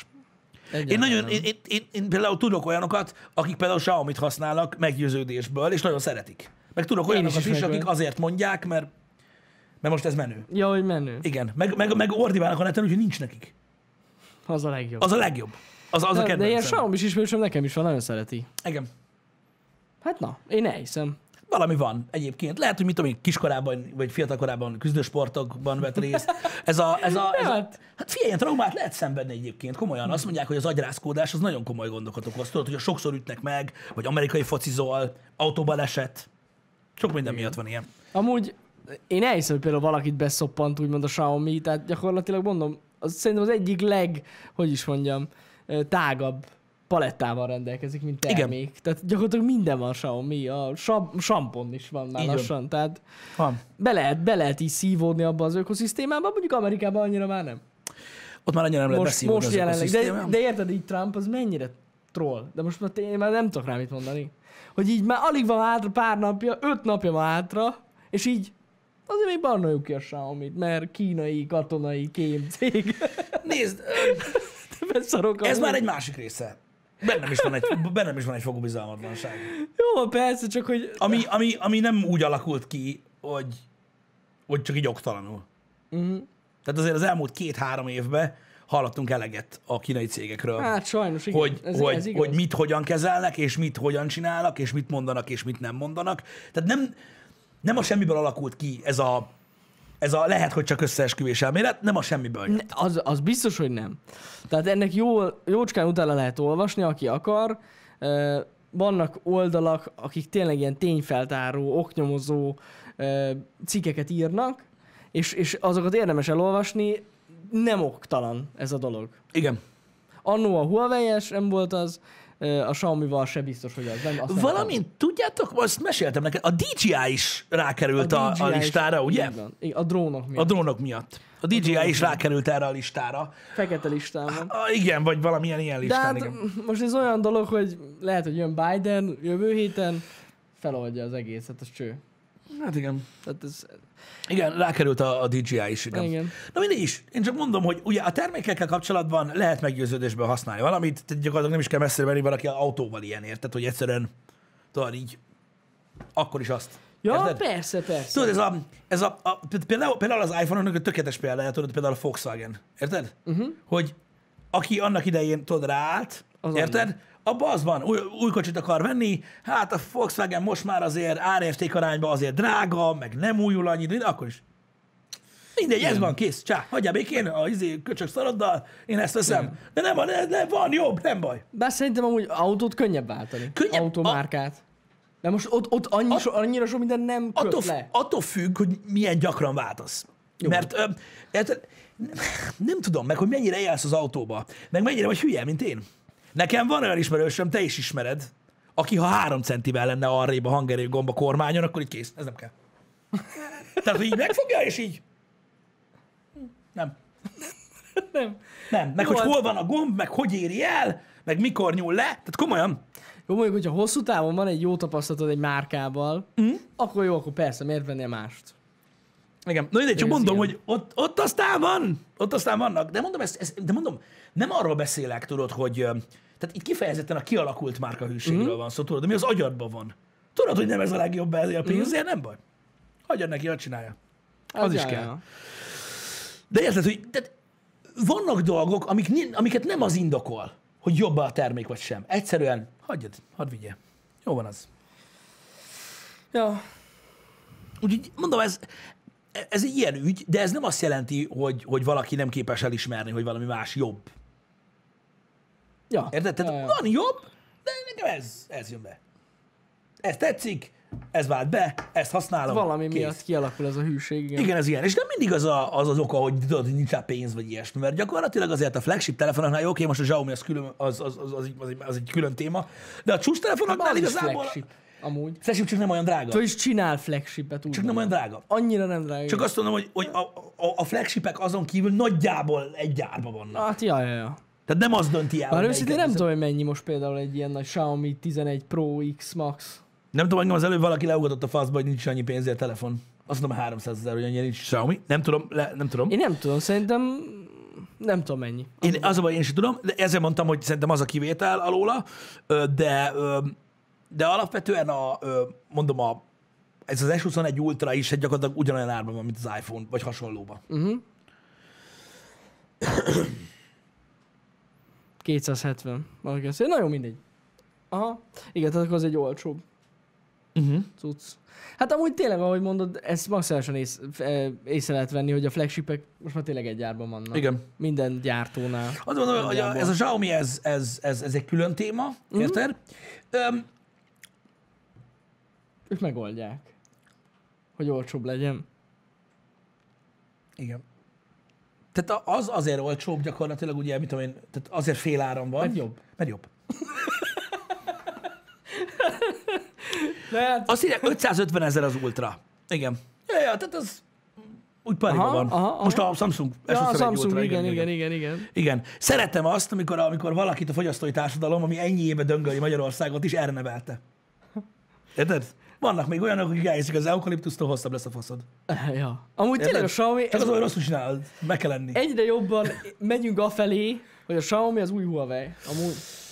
Én például tudok olyanokat, akik például Xiaomit használnak meggyőződésből, és nagyon szeretik. Meg tudok olyanokat is, akik azért mondják, mert most ez menő. Ja, hogy menő. Igen. Meg ordibálnak a neten, úgyhogy nincs nekik. Az a legjobb. Az a legjobb. Az a kedvencem. De ilyen Xiaomi ismerősöm nekem is van, nagyon szereti. Igen. Hát na, én elhiszem. Valami van egyébként. Lehet, hogy mit tudom én, kiskorában vagy fiatalkorában küzdősportokban vett részt. Hát figyelj, ilyen traumát lehet szenvedni egyébként. Komolyan azt mondják, hogy az agyrázkódás az nagyon komoly gondokat okoz. Tudod, hogy sokszor ütnek meg, vagy amerikai focizol, autóban esett. Sok minden miatt van ilyen. Amúgy én elhiszem, hogy például valakit beszoppant úgymond a Xiaomi, tehát gyakorlatilag mondom, szerintem az egyik tágabb palettával rendelkezik, mint termék. Igen. Tehát gyakorlatilag minden van Xiaomi, a sampon is van már lassan, tehát van. Be lehet így szívódni abba az ökoszisztémába, mondjuk Amerikában annyira már nem. Ott már annyira nem lehet beszívódni az ökoszisztémában. De érted, így Trump az mennyire troll? De most én már nem tudok rá mit mondani. Hogy így már alig van hátra pár napja, 5 napja van hátra, és így azért még bannoljuk ki a Xiaomit, mert kínai, katonai kém cég. Nézd, ez már egy másik része. Bennem is van egy fogú bizalmatlanság. Jó, persze, csak hogy... Ami nem úgy alakult ki, hogy csak így oktalanul. Tehát azért az elmúlt 2-3 évben hallottunk eleget a kínai cégekről. Hát sajnos, igen. Hogy mit hogyan kezelnek, és mit hogyan csinálnak, és mit mondanak, és mit nem mondanak. Tehát nem a semmiből alakult ki ez a lehet, hogy csak összeesküvés elmélet, nem a semmiből jött. Az biztos, hogy nem. Tehát ennek jócskán utána lehet olvasni, aki akar. Vannak oldalak, akik tényleg ilyen tényfeltáró, oknyomozó cikkeket írnak, és azokat érdemes elolvasni, nem oktalan ez a dolog. Igen. Annó a Huawei-es nem volt az, a Xiaomi-val se biztos, hogy az. Nem, valamint, tudjátok, azt meséltem neked, a DJI is rákerült a listára, ugye? A drónok miatt. A drónok miatt. A DJI is rákerült erre a listára. Fekete listán. Igen, vagy valamilyen ilyen listán. De hát most ez olyan dolog, hogy lehet, hogy jön Biden jövő héten, feloldja az egészet, az cső. Hát igen. Tehát ez... Igen, rákerült a DJI is, igen. Na mindegy is. Én csak mondom, hogy ugye a termékekkel kapcsolatban lehet meggyőződésből használni valamit, tehát gyakorlatilag nem is kell messzire menni valaki autóval ilyen, érted, hogy egyszerűen tudod így, akkor is azt. Ja, érted? persze. Tudod, például az iPhone-nak egy tökéletes példája, tudod, például a Volkswagen, érted? Hogy aki annak idején, tudod, ráállt, érted? Abban az van, új kocsit akar venni, hát a Volkswagen most már azért árérték arányban azért drága, meg nem újul annyit, de akkor is. Mindegy, ez van, kész, csá, hagyjál békén a köcsög szaroddal, én ezt veszem. De nem van jobb, nem baj. Bár szerintem amúgy autót könnyebb váltani. Automárkát. De most ott annyira sok minden nem köt le. Attól függ, hogy milyen gyakran váltasz. Jó. Mert nem tudom meg, hogy mennyire élsz az autóba, meg mennyire vagy hülye, mint én. Nekem van olyan ismerősöm, te is ismered, aki ha 3 centivel lenne arrébb a hangerő gomba kormányon, akkor így kész, ez nem kell. Tehát, hogy így megfogja, és így... Nem. Meg hogy hol van a gomb, meg hogy éri el, meg mikor nyúl le, tehát komolyan. Jó, mondjuk, hogyha hosszú távon van egy jó tapasztalatod egy márkával, akkor persze, miért vennél mást? Igen, no, csak mondom, hogy ott aztán vannak, de mondom, nem arról beszélek, tudod, hogy, tehát itt kifejezetten a kialakult márkahűségről van szó, tudod, ami az agyadban van. Tudod, hogy nem ez a legjobb a pénzért, nem baj. Hagyjad neki, hogy csinálja. Az is kell. Ja. De érted, hogy vannak dolgok, amiket nem az indokol, hogy jobb a termék vagy sem. Egyszerűen hadd vigye. Jó van az. Ja. Úgyhogy mondom, ez egy ilyen ügy, de ez nem azt jelenti, hogy valaki nem képes elismerni, hogy valami más jobb. Ja. Érted? Tehát van jobb, de nekem ez jön be. Ez tetszik, ez vált be, ezt használom. Valami miatt kialakul ez a hűség. Igen, ez ilyen. És nem mindig az oka, hogy tudod, hogy nincs rá pénz, vagy ilyesmi, mert gyakorlatilag azért a flagship telefonoknál, oké, most a Xiaomi az egy külön téma, de a csúcs telefonoknál igazából... Amúgy. Flagship csak nem olyan drága. Föl is csinál flagshipet úgy. Csak nem olyan drága. Annyira nem drága. Csak azt mondom, hogy a flagshipek azon kívül nagyjából egy gyárban vannak. Hát, ja. Tehát nem az dönti el. Bár hogy őszintén melyiket nem veszed. tudom, hogy mennyi most például egy ilyen nagy Xiaomi 11 Pro X Max. Nem tudom, engem az előbb valaki leugatott a faszba, hogy nincs annyi pénzért telefon. Azt mondom, 300 000, hogy annyi nincs Xiaomi. Nem tudom, nem tudom. Én nem tudom, szerintem nem tudom mennyi. Az a baj, én sem tudom, de ezért mondtam, hogy szerintem az a kivétel alóla, de alapvetően mondom, ez az S21 Ultra is egy gyakorlatilag ugyanolyan árban van, mint az iPhone, vagy hasonlóban. 270. Valaki azt mondja, na jó, mindegy. Aha. Igen, tehát akkor az egy olcsóbb cucc. Hát amúgy tényleg, ahogy mondod, ezt maximálisan észre lehet venni, hogy a flagshipek most már tényleg egy árban vannak. Igen. Minden gyártónál. Azt mondom, hogy ez a Xiaomi, ez egy külön téma, érted? Ők megoldják, hogy olcsóbb legyen. Igen. Tehát az azért olcsóbb gyakorlatilag, ugye, mit tudom én, tehát azért fél áron van. Mert jobb. Mert jobb. Lehet. Azt írják, 550 000 az Ultra. Igen. Ja, tehát az úgy pariba van. Aha. Most a Samsung Ja, a S21 Samsung, Ultra, igen. Igen. Szeretem azt, amikor valakit a fogyasztói társadalom, ami ennyi éve döngöli Magyarországot is, erre nevelte. Érted? Vannak még olyanok, akik elhiszik, az eukaliptusztól hosszabb lesz a faszod. Ja. Amúgy tényleg a Xiaomi, Csak az olyan rosszul csinálod. Meg kell lenni. egyre jobban megyünk afelé, hogy a Xiaomi az új Huawei. Amúgy.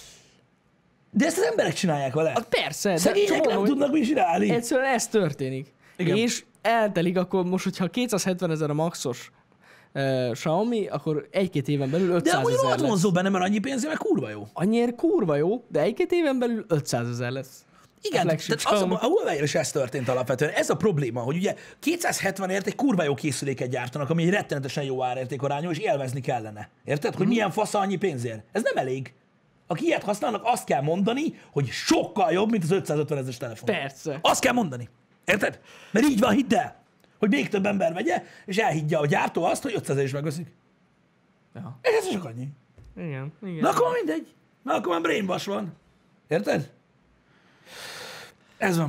De ezt az emberek csinálják vele. Hát persze, de Szegények csak nem mondom, hogy tudnak mit csinálni. egyszerűen ez történik. Igen. És eltelik akkor most, hogyha 270 000 a maxos Xiaomi, akkor egy-két éven belül 500 De amúgy 000 rohadt lesz. vonzó benne, mert annyi pénzé, meg kurva jó. Annyiért kurva jó, de egy-két éven belül 500 000 lesz. Igen, flagship tehát Xiaomi. a Huawei-re is ez történt alapvetően. Ez a probléma, hogy ugye 270-ért egy kurva jó készüléket gyártanak, ami egy rettenetesen jó árértékarányú, és élvezni kellene. Érted? Hogy milyen fasza annyi pénzért? Ez nem elég. Aki ilyet használnak, azt kell mondani, hogy sokkal jobb, mint az 550 000-es telefon. Persze. Azt kell mondani. Érted? Mert így van, hidd el. Hogy még több ember vegye, és elhiggye a gyártó azt, hogy 500 is megveszik. Ja. És ez csak annyi. Igen. Na akkor mindegy. Na akkor már brainwash van. Érted? Ez van.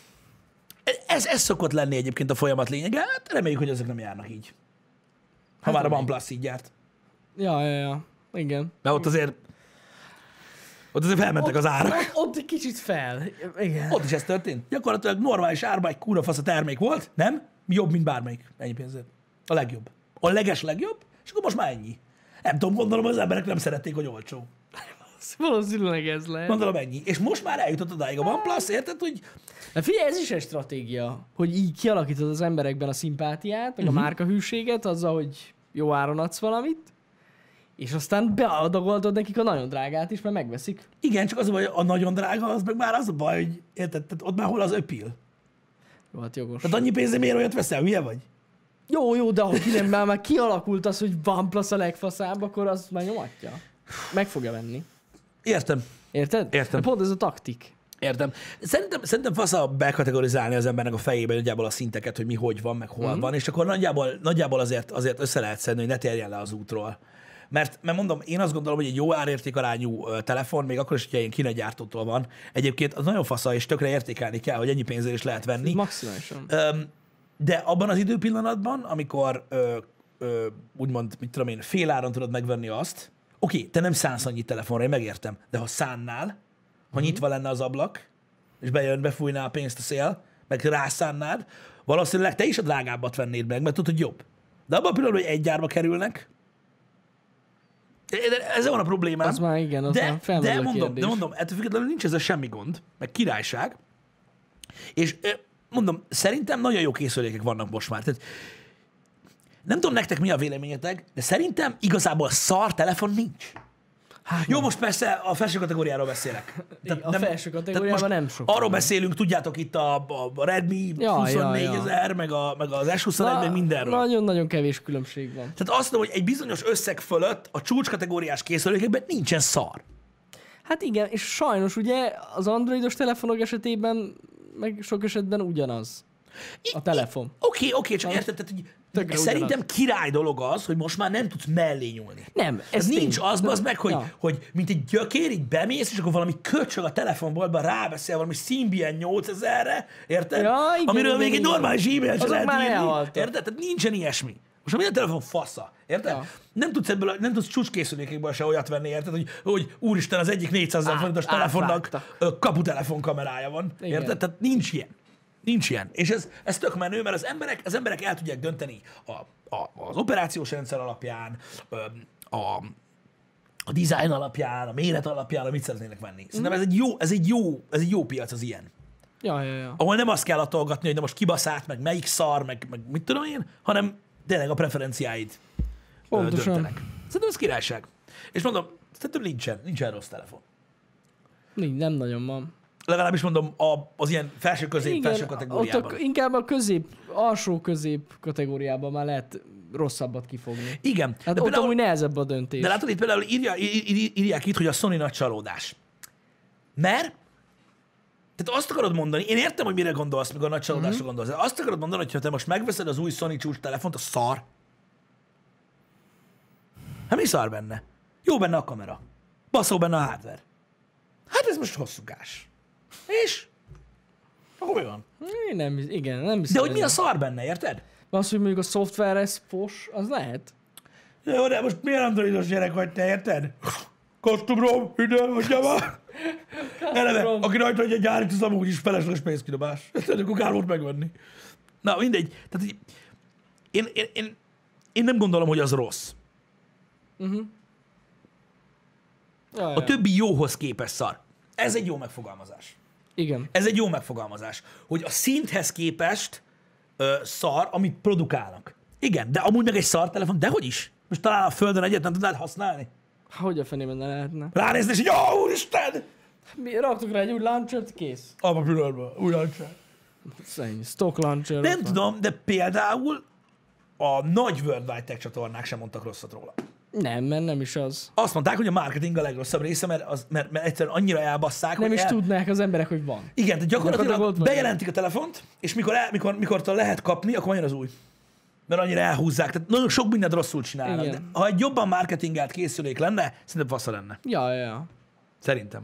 Ez szokott lenni egyébként a folyamat lényege. Hát reméljük, hogy ezek nem járnak így. Ha már a OnePlus így járt. Ja. Igen. Mert ott azért felmentek az árak. Ott egy kicsit fel. Igen. Ott is ez történt. Gyakorlatilag normális árban egy kurva fasz a termék volt, nem? Jobb, mint bármelyik. Ennyi pénzért. A legjobb. A legjobb, és akkor most már ennyi. Nem tudom, gondolom, az emberek nem szerették, hogy olcsó. Valószínűleg ez lehet. Gondolom ennyi. És most már eljutott odáig a OnePlus, érted, hogy De figyelj, ez is egy stratégia, hogy így kialakítod az emberekben a szimpátiát, meg a márkahűséget, azzal, hogy jó áron adsz valamit, és aztán beadagoltod nekik a nagyon drágát is, mert megveszik. igen, csak az a baj, a nagyon drága, az meg már az a baj, hogy érted, tehát ott már hol az appeal. Jó, hát jogos. Tehát annyi pénzért miért olyat veszel, hülye vagy? Jó, de ha már kialakult az, hogy OnePlus a legfaszább, akkor az már nyomatja. Meg fogja venni. Értem. Érted? Értem. De pont ez a taktik. Értem. Szerintem fasz a bekategorizálni az embernek a fejében nagyjából a szinteket, hogy mi hogy van, meg hol van, és akkor nagyjából azért össze lehet szedni, hogy ne térjen le az útról. Mert mondom, én azt gondolom, hogy egy jó árértékarányú telefon, még akkor is, hogyha ilyen kínai gyártótól van, egyébként az nagyon fasza, és tökre értékelni kell, hogy ennyi pénzért is lehet venni. Maximálisan. De abban az időpillanatban, amikor úgymond, mit tudom én, fél áron tudod megvenni azt, oké, te nem szánsz annyi telefonra, én megértem, de ha szánnál, ha nyitva lenne az ablak, és befújná a pénzt a szél, meg rászánnád, valószínűleg te is a drágábbat vennéd meg, mert tudod, hogy jobb. De abban a pillanatban, hogy egy gyárba kerülnek, ez van a problémám. Az már igen, az már felmerül a kérdés. De mondom, ettől függetlenül nincs ezzel semmi gond, meg királyság. És mondom, szerintem nagyon jó készülékek vannak most már. Tehát, nem tudom nektek mi a véleményetek, de szerintem igazából szar telefon nincs. Hát Jó, most persze a felső kategóriáról beszélek. A felső kategóriában nem sok. Arról beszélünk, tudjátok, itt a Redmi 24000, meg az S21, meg mindenről. Nagyon-nagyon kevés különbség van. Tehát azt mondom, hogy egy bizonyos összeg fölött a csúcskategóriás készülékekben nincsen szar. Hát igen, és sajnos ugye az androidos telefonok esetében meg sok esetben ugyanaz. A telefon. Oké, csak érted, tehát, hogy Tökre szerintem ugyanaz. király dolog az, hogy most már nem tudsz mellé nyúlni. Nem, Ez ez nincs tény. az meg, hogy, Ja. hogy mint egy gyökér, így bemész, és akkor valami köcsög a telefonboltban rábeszél valami Symbian 8000-re, érted? Ja, igen, amiről igen, még egy igen. normális e-mailt sem Azok lehet már írni, elhaltak. érted? Tehát nincsen ilyesmi. Most a minden telefon fasza, érted? Ja. Nem tudsz csúcskészülékekből se olyat venni, érted? Hogy úristen, az egyik 400 000 forintos telefonnak kaputelefon kamerája van, Igen. érted? Tehát nincs ilyen. Nincs ilyen. És ez tök menő, mert az emberek el tudják dönteni az operációs rendszer alapján, a design alapján, a méret alapján, amit szeretnének venni. Szerintem ez egy jó piac az ilyen. Ja. Ahol nem azt kell attolgatni, hogy de most kibaszát, meg melyik szar, meg mit tudom én, hanem tényleg a preferenciáid Pontosan. döntenek. Szerintem ez királyság. És mondom, szerintem nincsen rossz telefon. Nem nagyon van. Legalábbis mondom, az ilyen felső kategóriában. Ott inkább a alsó közép kategóriában már lehet rosszabbat kifogni. Igen. Hát de ott például, amúgy nehezebb a döntés. de látod, itt például írják itt, hogy a Sony nagy csalódás. Mert tehát azt akarod mondani, én értem, hogy mire gondolsz, mikor nagy csalódásra gondolsz, de azt akarod mondani, hogy ha te most megveszed az új Sony csúcs telefont, a szar. Hát mi szar benne? Jó benne a kamera. Baszó benne a hardware. Hát ez most hosszúkás. És? Akkor mi van? Nem hiszem. De hogy mi a szar benne, érted? Az, hogy mondjuk a szoftver ez fos, az lehet. Jó, de most milyen androidos gyerek vagy te, érted? Custom-ROM, ide, hagyja már. Eleve, aki rajta egy gyárit, az amúgy is felesleges pénzkidobás. Akkor kár volt megvenni. Na, mindegy. Tehát így, én nem gondolom, hogy az rossz. A többi jóhoz képest szar. Ez egy jó megfogalmazás. Igen. Ez egy jó megfogalmazás. Hogy a szinthez képest szar, amit produkálnak. Igen, de amúgy meg egy szar telefon, dehogy is. Most talán a földön egyet nem tudnád használni. Hogy a fenében ne lehetne? Ránézni, és így, úristen! Mi raktuk rá egy új launchert, kész. Abba a pillanatban, új launcher. Ennyi, stock launcher. Nem tudom, de például a nagy Worldwide Tech csatornák sem mondtak rosszat róla. Nem, mert nem is az. Azt mondták, hogy a marketing a legrosszabb része, mert egyszerűen annyira elbasszák, Nem hogy is tudnák az emberek, hogy van. Igen, tehát Gyakorlatilag gyakorlatilag ott van. bejelentik a telefont, és mikor lehet kapni, akkor jön az új. Mert annyira elhúzzák. Tehát nagyon sok mindent rosszul csinálnak. De Igen. ha egy jobban marketingelt készülék lenne, szerintem fasza lenne. Ja. Szerintem.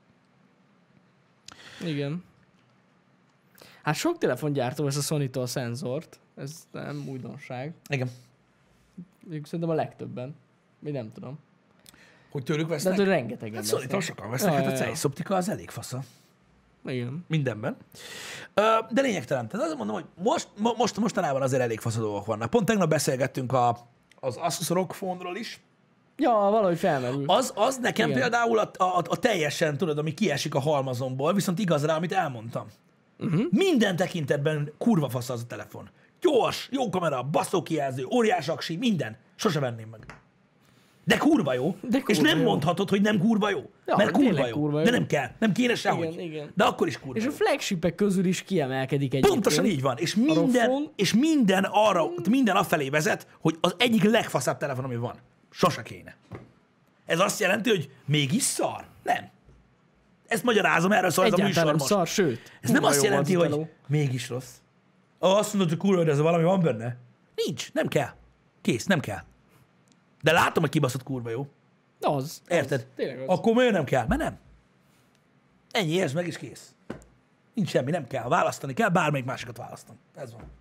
Igen. Hát sok telefongyártó vesz a Sony-tól szenzort. Ez nem újdonság. Igen. Mondjuk szerintem a legtöbben. Mi nem tudom. Hogy tőlük De vesznek? hát, hogy rengetegen Hát vesznek. Sony-tól sokan vesznek, hát a Ja. Zeiss optika az elég fasza. Igen. Mindenben. De lényegtelen. Tehát azt mondom, hogy mostanában azért elég fasz dolgok vannak. Pont tegnap beszélgettünk az Asus ROG Phone-ról is. Ja, valahogy felmerül. Az nekem Igen. például a teljesen, tudod, ami kiesik a halmazomból, viszont igaz rá, amit elmondtam. Minden tekintetben kurva fasz az a telefon. Gyors, jó kamera, baszó kijelző, óriás aksi, minden. Sose venném meg. De kurva jó. De És kurva nem jó. mondhatod, hogy nem kurva jó. Ja, mert kurva tényleg jó. kurva jó. De nem kell. Nem kéne sehogy. Igen. De akkor is kurva És jó. a flagshipek közül is kiemelkedik egyébként. Pontosan így van. És Rofon. minden afelé vezet, hogy az egyik legfaszább telefon, ami van. Sose kéne. Ez azt jelenti, hogy mégis szar? Nem. Ezt magyarázom, erről szól ez a Egyáltalán műsor nem most. szar, sőt. Ez nem kurva azt jó jelenti, az a hogy teló. mégis rossz. Azt mondod, hogy kurva, de ez valami van benne. Nincs, nem kell. Kész, nem kell. De látom, hogy kibaszott kurva jó. Az. Érted? Tényleg az. Akkor miért nem kell? Mert nem. Ennyi, értsd meg, és kész. Nincs semmi, nem kell. Választani kell, bármelyik másikat választom. Ez van.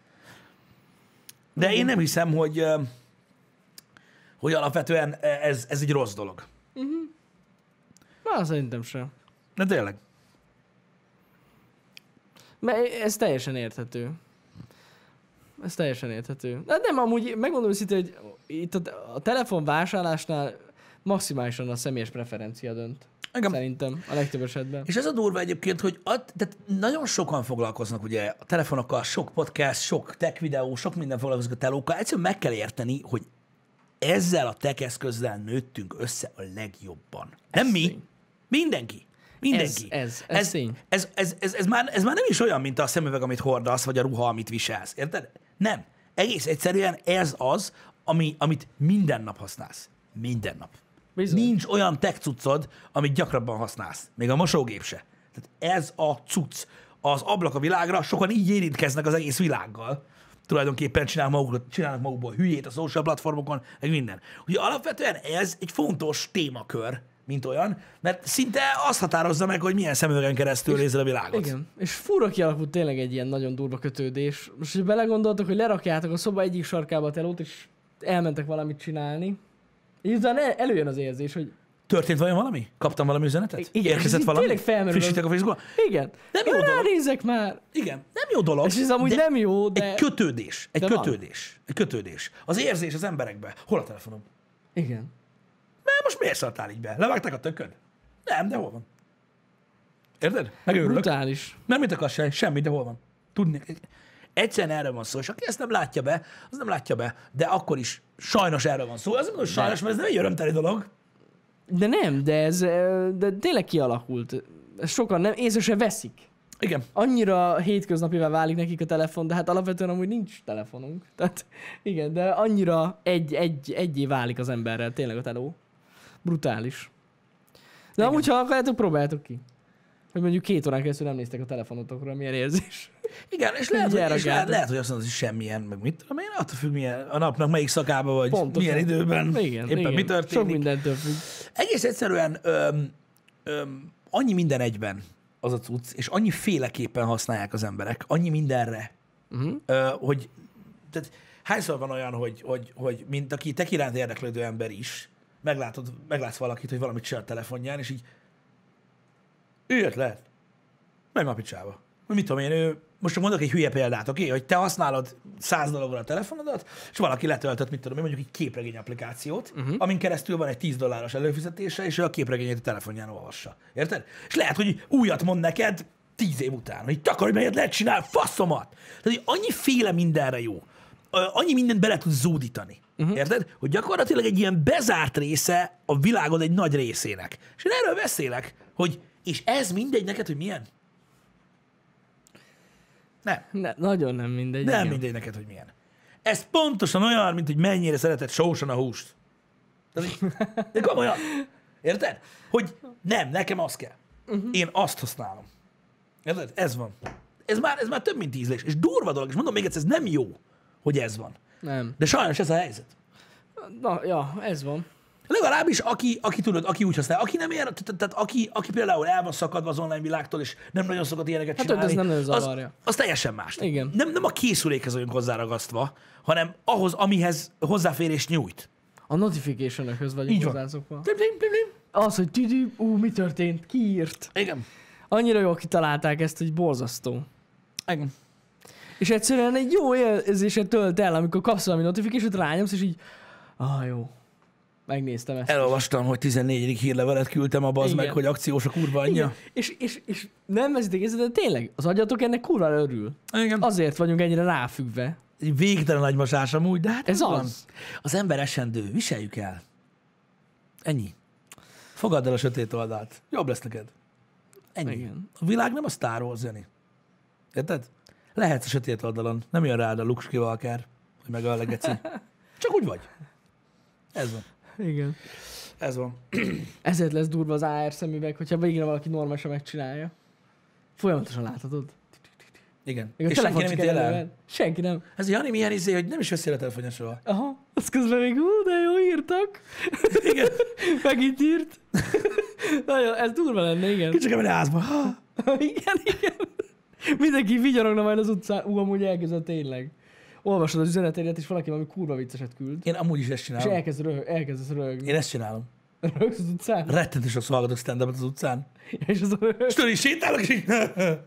De én nem hiszem, hogy alapvetően ez egy rossz dolog. Na, szerintem sem. De tényleg. Mert ez teljesen érthető. Ez teljesen érthető. De nem, amúgy megmondom őszintén, hogy itt a telefon vásárlásnál maximálisan a személyes preferencia dönt. Igen. Szerintem a legtöbb esetben. És ez a durva egyébként, hogy tehát nagyon sokan foglalkoznak ugye a telefonokkal, sok podcast, sok tech videó, sok minden foglalkozik a telókkal. Egyszerűen meg kell érteni, hogy ezzel a tech eszközzel nőttünk össze a legjobban. Nem mi? tény. Mindenki. Mindenki. Ez tény. Ez már nem is olyan, mint a szemüveg, amit hordasz, vagy a ruha, amit viselsz. Érted? Nem. Egész egyszerűen ez az, amit minden nap használsz. Minden nap. Bizony. Nincs olyan tech cuccod, amit gyakrabban használsz. Még a mosógép se. Tehát ez a cucc, az ablak a világra, sokan így érintkeznek az egész világgal. Tulajdonképpen csinálnak magukból hülyét a social platformokon, meg minden. Ugye alapvetően ez egy fontos témakör, mint olyan, mert szinte azt határozza meg, hogy milyen szemüvegen keresztül nézel a világot. Igen, és fura kialakult tényleg egy ilyen nagyon durva kötődés. Most, hogy belegondoltok, hogy lerakjátok a szoba egyik sarkába a telót, és elmentek valamit csinálni, és utána előjön az érzés, hogy Történt vajon valami? Kaptam valami üzenetet? igen, Érkezett és valami? tényleg felmerül Frissítek a Facebookon? igen, Nem jó dolog. ránézek már. Igen, nem jó dolog. És ez amúgy de nem jó, de... Egy kötődés. Egy De van. kötődés. Egy kötődés. Az érzés az emberekbe. Hol a telefonom? Igen. Mert most miért szartál így be? Levágták a tököd? Nem, de hol van? Érted? Megőrülök. Brutális. Nem mit akarsz semmi, de hol van? Tudni. Egyszerűen erről van szó, és aki ezt nem látja be, az nem látja be, de akkor is sajnos erről van szó. Az mondom, hogy sajnos, mert ez nem egy örömteli dolog. De nem, de tényleg kialakult. Ezt sokan nem, észre se veszik. Igen. Annyira hétköznapivá válik nekik a telefon, de hát alapvetően amúgy nincs telefonunk. Tehát igen, de annyira egyé válik az emberrel tényleg a teló. Brutális. De Igen. amúgy, ha akarjátok, próbáljátok ki. Hogy mondjuk 2 órán keresztül nem néztek a telefonotokra, milyen érzés. Igen, és lehet, hogy azt mondod, hogy semmilyen, meg mit tudom én, attól függ, milyen a napnak melyik szakába vagy, Pontosan. milyen időben, Igen, éppen igen. mi történik. Sok mindentől függ. Egész egyszerűen annyi minden egyben az a cucc, és annyi féleképpen használják az emberek, annyi mindenre, hogy tehát hányszor van olyan, hogy mint aki tech iránt érdeklődő ember is, meglátsz valakit, hogy valamit csinál a telefonján, és így ő jött le, meg a picsába. Mit tudom én, most csak mondok egy hülye példát, oké? Hogy te használod 100 dologra a telefonodat, és valaki letöltött, mit tudom én, mondjuk egy képregény applikációt, amin keresztül van egy $10 előfizetése, és ő a képregényét a telefonján olvassa. Érted? És lehet, hogy újat mond neked 10 év után, hogy takarodj, melyet lehet csinálni, faszomat! Tehát, hogy annyi féle mindenre jó. Annyi mindent bele tud zúdítani. Érted? Hogy gyakorlatilag egy ilyen bezárt része a világod egy nagy részének. És én erről beszélek, hogy és ez mindegy neked, hogy milyen? Nem. Nagyon nem mindegy. Nem igen. mindegy neked, hogy milyen. Ez pontosan olyan, mint hogy mennyire szereted sósan a húst. De komolyan. Érted? Hogy nem, nekem az kell. Én azt használom. Érted? Ez van. Ez már több, mint ízlés. És durva dolog. És mondom még egyszer, ez nem jó, hogy ez van. Nem. De sajnos ez a helyzet. Na, ja, ez van. Legalábbis aki tudod, aki úgy használ, aki nem ér, tehát aki például el van szakadva az online világtól, és nem nagyon szokott ilyeneket Hát csinálni, ez nem nagyon zavarja. az teljesen más. Igen. Nem a készülékhez vagyunk hozzáragasztva, hanem ahhoz, amihez hozzáférést nyújt. A notification-ökhöz vagyunk Így van. hozzászokva. Plim, plim, plim, plim. Az, hogy tüdű, mi történt, ki írt. Igen. Annyira jól kitalálták ezt, hogy borzasztó. Igen. És egyszerűen egy jó érzéset tölt el, amikor kapsz valami notification-t, rányomsz, és így, jó, megnéztem ezt. Elolvastam, hogy 14. hírlevelet küldtem a bazd Igen. meg, hogy akciós a kurva anyja. És nem veszitek észre, de tényleg, az agyatok ennek kurva örül. Igen. Azért vagyunk ennyire ráfüggve. Egy végtelen nagy masás amúgy, de hát Ez van. az. Az ember esendő, viseljük el. Ennyi. Fogadd el a sötét oldalt. Jobb lesz neked. Ennyi. Igen. A világ nem a Star Wars, Jani. Érted? Lehetsz a sötét oldalon. Nem jön rád a Luke Skywalker, hogy megöl a geci. Csak úgy vagy. Ez van. Igen. Ez van. Ezért lesz durva az AR szemüveg, hogyha végre valaki normálisan megcsinálja. Folyamatosan láthatod. Igen. Még a És senki telefon nem sem ítél kell el. elővenni. Senki nem. Ez Jani milyen izé, hogy nem is veszi el a telefonja soha. Aha. Az közben még, de jó írtak. Igen. Megint írt. Nagyon, ez durva lenne, igen. Kicsit emel házba. Igen. Mindenki vigyorogna majd az utcán. Amúgy elkezdett tényleg. Olvasod az üzeneteidet, és valaki valami kurva vicceset küld. Én amúgy is ezt És csinálom. elkezdesz röhögni. Én ezt csinálom. Röhögsz az utcán? Rettentő sokszor hallgatok stand-upot az utcán. És az a röhög. És tudod, így sétálok, és így...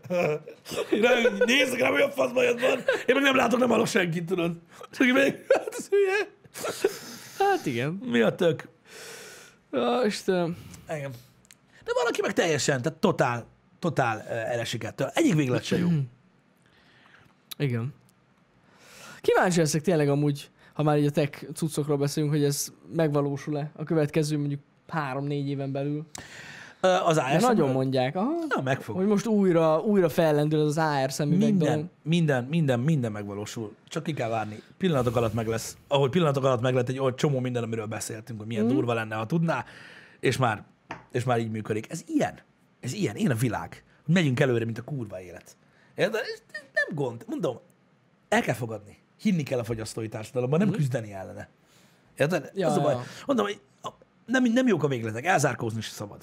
Nézzük rám, hogy a faszba jött van. Én meg nem látok, nem hallok senkit, tudod. És aki még... Hát ez hülye. Hát igen. Mi a tök? Ja, Istenem. Igen. De valaki meg teljesen, tehát totál elesik ettől. Egyik véglet se jó. Igen. Kíváncsi leszek tényleg amúgy, ha már így a tech cuccokról beszélünk, hogy ez megvalósul-e a következő mondjuk 3-4 éven belül. Az AR De nagyon mondják, aha, Na, meg fog. hogy most újra fellendül az AR szemüveg dolog. Minden megvalósul. Csak ki kell várni. Pillanatok alatt meg lesz. Ahogy pillanatok alatt meg lett egy olyan csomó minden, amiről beszéltünk, hogy milyen durva lenne, ha tudná, és már így működik. Ez ilyen. Én a világ. Megyünk előre, mint a kurva élet. Érted? Ez nem gond. Mondom, el kell fogadni. Hinni kell a fogyasztói társadalomban, nem küzdeni ellene. Érted? Ja, Az a baj. ja. Mondom, hogy nem jók a végletek. Elzárkózni se szabad.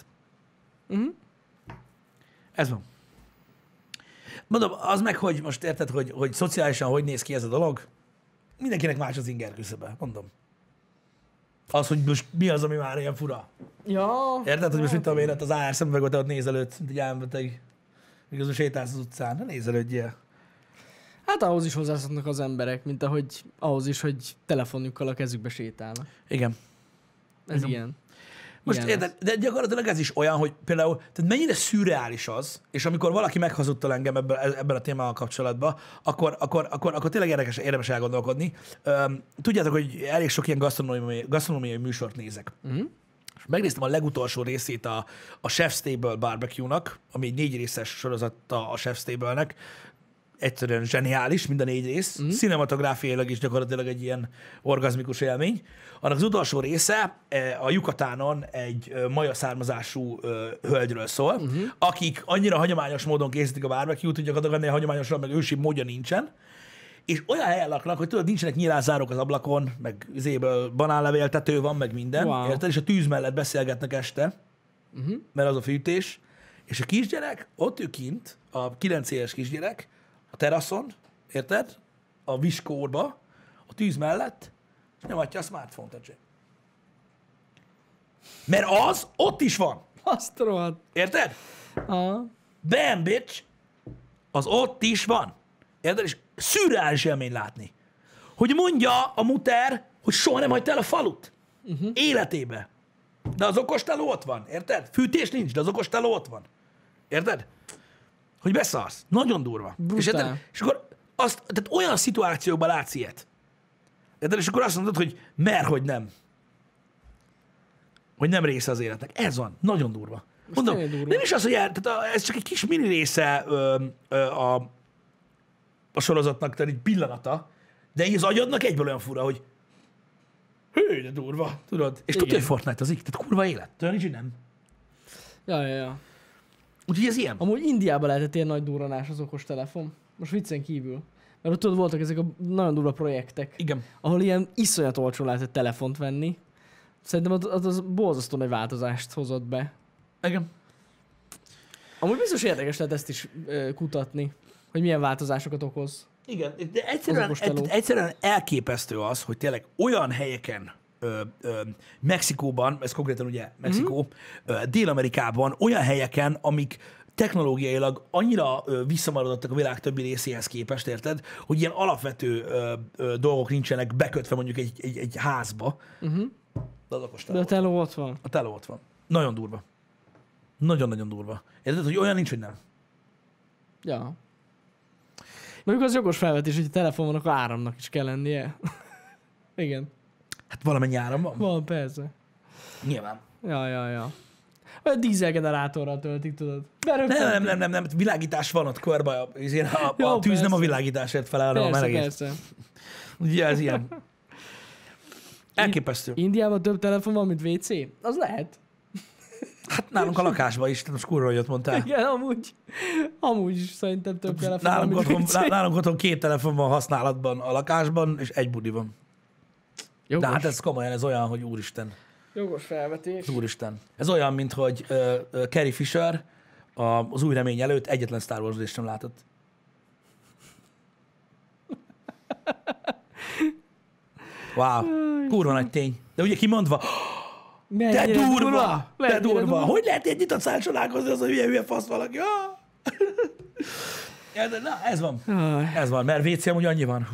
Ez van. Mondom, az meg, hogy most érted, hogy szociálisan hogy néz ki ez a dolog, mindenkinek más az inger küszöbe, mondom. Az, hogy most mi az, ami már ilyen fura. Ja. Érted, hogy most mit tudom én, ott az AR szemüvegot ott nézelőtt, mint egy álmbeteg, miközben sétálsz az utcán, ne nézelődjél. Hát ahhoz is hozzászoknak az emberek, mint ahogy ahhoz is, hogy telefonjukkal a kezükbe sétálnak. Igen. Ez ilyen. Most Ilyen érted, de gyakorlatilag ez is olyan, hogy például, tehát mennyire szürreális az, és amikor valaki meghazudtol engem ebben a témával kapcsolatban, akkor tényleg érdemes elgondolkodni. Tudjátok, hogy elég sok ilyen gasztronómiai műsort nézek. És megnéztem a legutolsó részét a Chef's Table Barbecue-nak, ami egy 4 részes sorozata a Chef's Table-nek. Egyszerűen zseniális, mind a 4 rész. Cinematográfiailag is gyakorlatilag egy ilyen orgazmikus élmény. Annak az utolsó része a Yucatánon egy maja származású hölgyről szól, akik annyira hagyományos módon készítik a barbecue-t, hogy gyakorlatilag ennél hagyományosabb, meg ősi módja nincsen. És olyan helyen laknak, hogy tudod, nincsenek nyilászárók az ablakon, meg zéből banánlevéltető van, meg minden. Wow. Érted? És a tűz mellett beszélgetnek este, mert az a fűtés. És a kisgyerek, ott ő kint, a 9 éves kisgyerek, a teraszon, érted? A viskórba, a tűz mellett, és nyomatja a smartphone-t, öcsém. Mert az ott is van. Azt rohadt. Érted? Aha. Bam, bitch! Az ott is van. Érted? És szürreális élmény látni. Hogy mondja a muter, hogy soha nem hagyta el a falut. Életébe. De az okosteló ott van. Érted? Fűtés nincs, de az okosteló ott van. Érted? Hogy beszarsz. Nagyon durva. Brutál. És akkor tehát olyan szituációban látsz ilyet. Érted? És akkor azt mondod, hogy hogy nem. Hogy nem része az életnek. Ez van. Nagyon durva. Mondom, tényleg durva. nem is az, hogy ez csak egy kis mini része a sorozatnak, tehát egy pillanata, de így az agyadnak egyből olyan fura, hogy hű, de durva, tudod? És tudja, hogy Fortnite-ozik, tehát kurva élet. Tudod, nincs, hogy nem. Ja. Úgyhogy ez ilyen. Amúgy Indiában lehetett ilyen nagy durranás az okostelefon. Most viccen kívül. Mert ott tudod, voltak ezek a nagyon durva projektek, Igen. ahol ilyen iszonyat olcsó lehetett telefont venni. Szerintem az borzasztó nagy változást hozott be. Igen. Amúgy biztos érdekes lehet ezt is kutatni, hogy milyen változásokat okoz. Igen, de Az okosteló. egyszerűen elképesztő az, hogy tényleg olyan helyeken, Mexikóban, ez konkrétan ugye Mexikó, Dél-Amerikában, olyan helyeken, amik technológiailag annyira visszamaradottak a világ többi részéhez képest, érted, hogy ilyen alapvető dolgok nincsenek bekötve mondjuk egy házba. De az okosteló. De a teló ott van. A teló ott van. Nagyon durva. Nagyon-nagyon durva. Érted, hogy olyan nincs, hogy nem. Ja. Mondjuk az jogos felvetés, hogy a telefon van, akkor áramnak is kell lennie. Igen. Hát valamennyi áram van. Van, persze. Nyilván. Ja. Olyan dízelgenerátorral töltik, tudod. Nem, világítás van ott körbe. A tűz Jó, nem a világításért felel, hanem a melegért. Persze. Ugye ez ilyen. Elképesztő. Indiában több telefon van, mint WC? Az lehet. Hát nálunk a lakásban is, tehát most kurva, hogy ott mondtál. Igen, amúgy is szerintem több telefon van, mint WC. Nálunk otthon 2 telefon van használatban a lakásban, és 1 budi van. Jogos. De hát ez komolyan, ez olyan, hogy úristen. Jogos felvetés. Úristen. Ez olyan, mint hogy Carrie Fisher az Új Remény előtt egyetlen Star Wars részt sem látott. Wow. Kurva nagy tény. De ugye kimondva, te durva! Hogy lehet egy nyitott száll csodálkozni az, hogy hülye fasz valaki? Ja, de na, ez van. Ez van, mert WC amúgy annyi van.